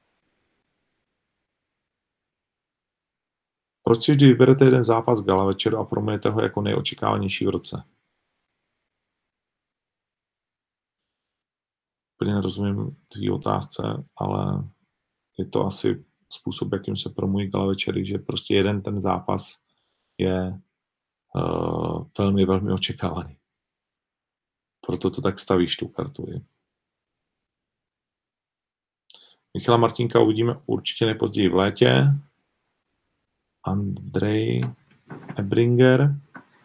Proč si vždy vyberete jeden zápas gala večeru a proměníte ho jako nejočekávanější v roce? Úplně nerozumím tvý otázce, ale je to asi způsob, jakým se promují gala večery, že prostě jeden ten zápas je uh, velmi, velmi očekávaný. Proto to tak stavíš tu kartu. Je. Michala Martinka uvidíme určitě nejpozději v létě. Andrej Ebringer.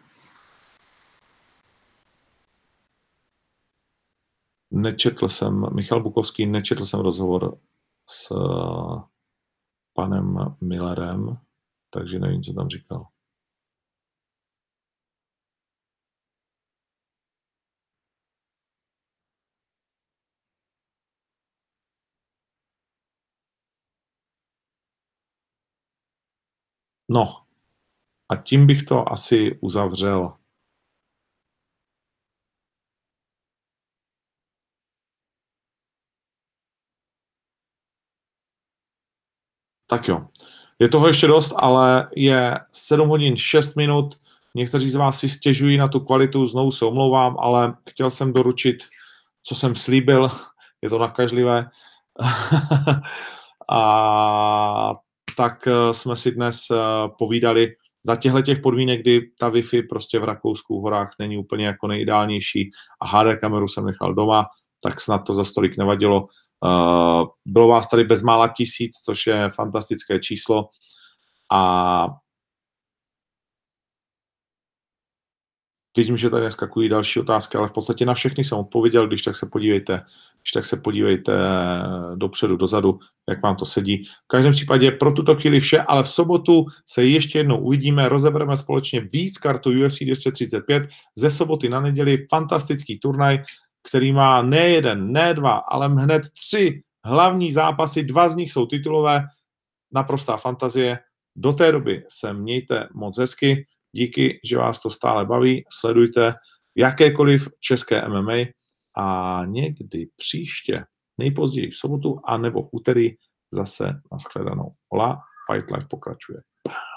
Nečetl jsem, Michal Bukovský, nečetl jsem rozhovor s panem Millerem, takže nevím, co tam říkal. No, a tím bych to asi uzavřel. Tak jo. Je toho ještě dost, ale je sedm hodin šest minut. Někteří z vás si stěžují na tu kvalitu, znovu se omlouvám, ale chtěl jsem doručit, co jsem slíbil. Je to nakažlivé. A tak jsme si dnes povídali za těchto těch podmínek, kdy ta Wi-Fi prostě v Rakousku v horách není úplně jako nejideálnější a H D kameru jsem nechal doma, tak snad to za stolik nevadilo. Uh, bylo vás tady bezmála tisíc, což je fantastické číslo a vidím, že tady neskakují další otázky, ale v podstatě na všechny jsem odpověděl, když tak se podívejte, když tak se podívejte dopředu, dozadu, jak vám to sedí. V každém případě pro tuto chvíli vše, ale v sobotu se ještě jednou uvidíme, rozebereme společně víc kartu U F C dvě stě třicet pět, ze soboty na neděli fantastický turnaj, který má ne jeden, ne dva, ale hned tři hlavní zápasy, dva z nich jsou titulové, naprostá fantazie. Do té doby se mějte moc hezky, díky, že vás to stále baví, sledujte jakékoliv české M M A a někdy příště, nejpozději v sobotu, anebo v úterý zase nashledanou. Hola, Fight Life pokračuje.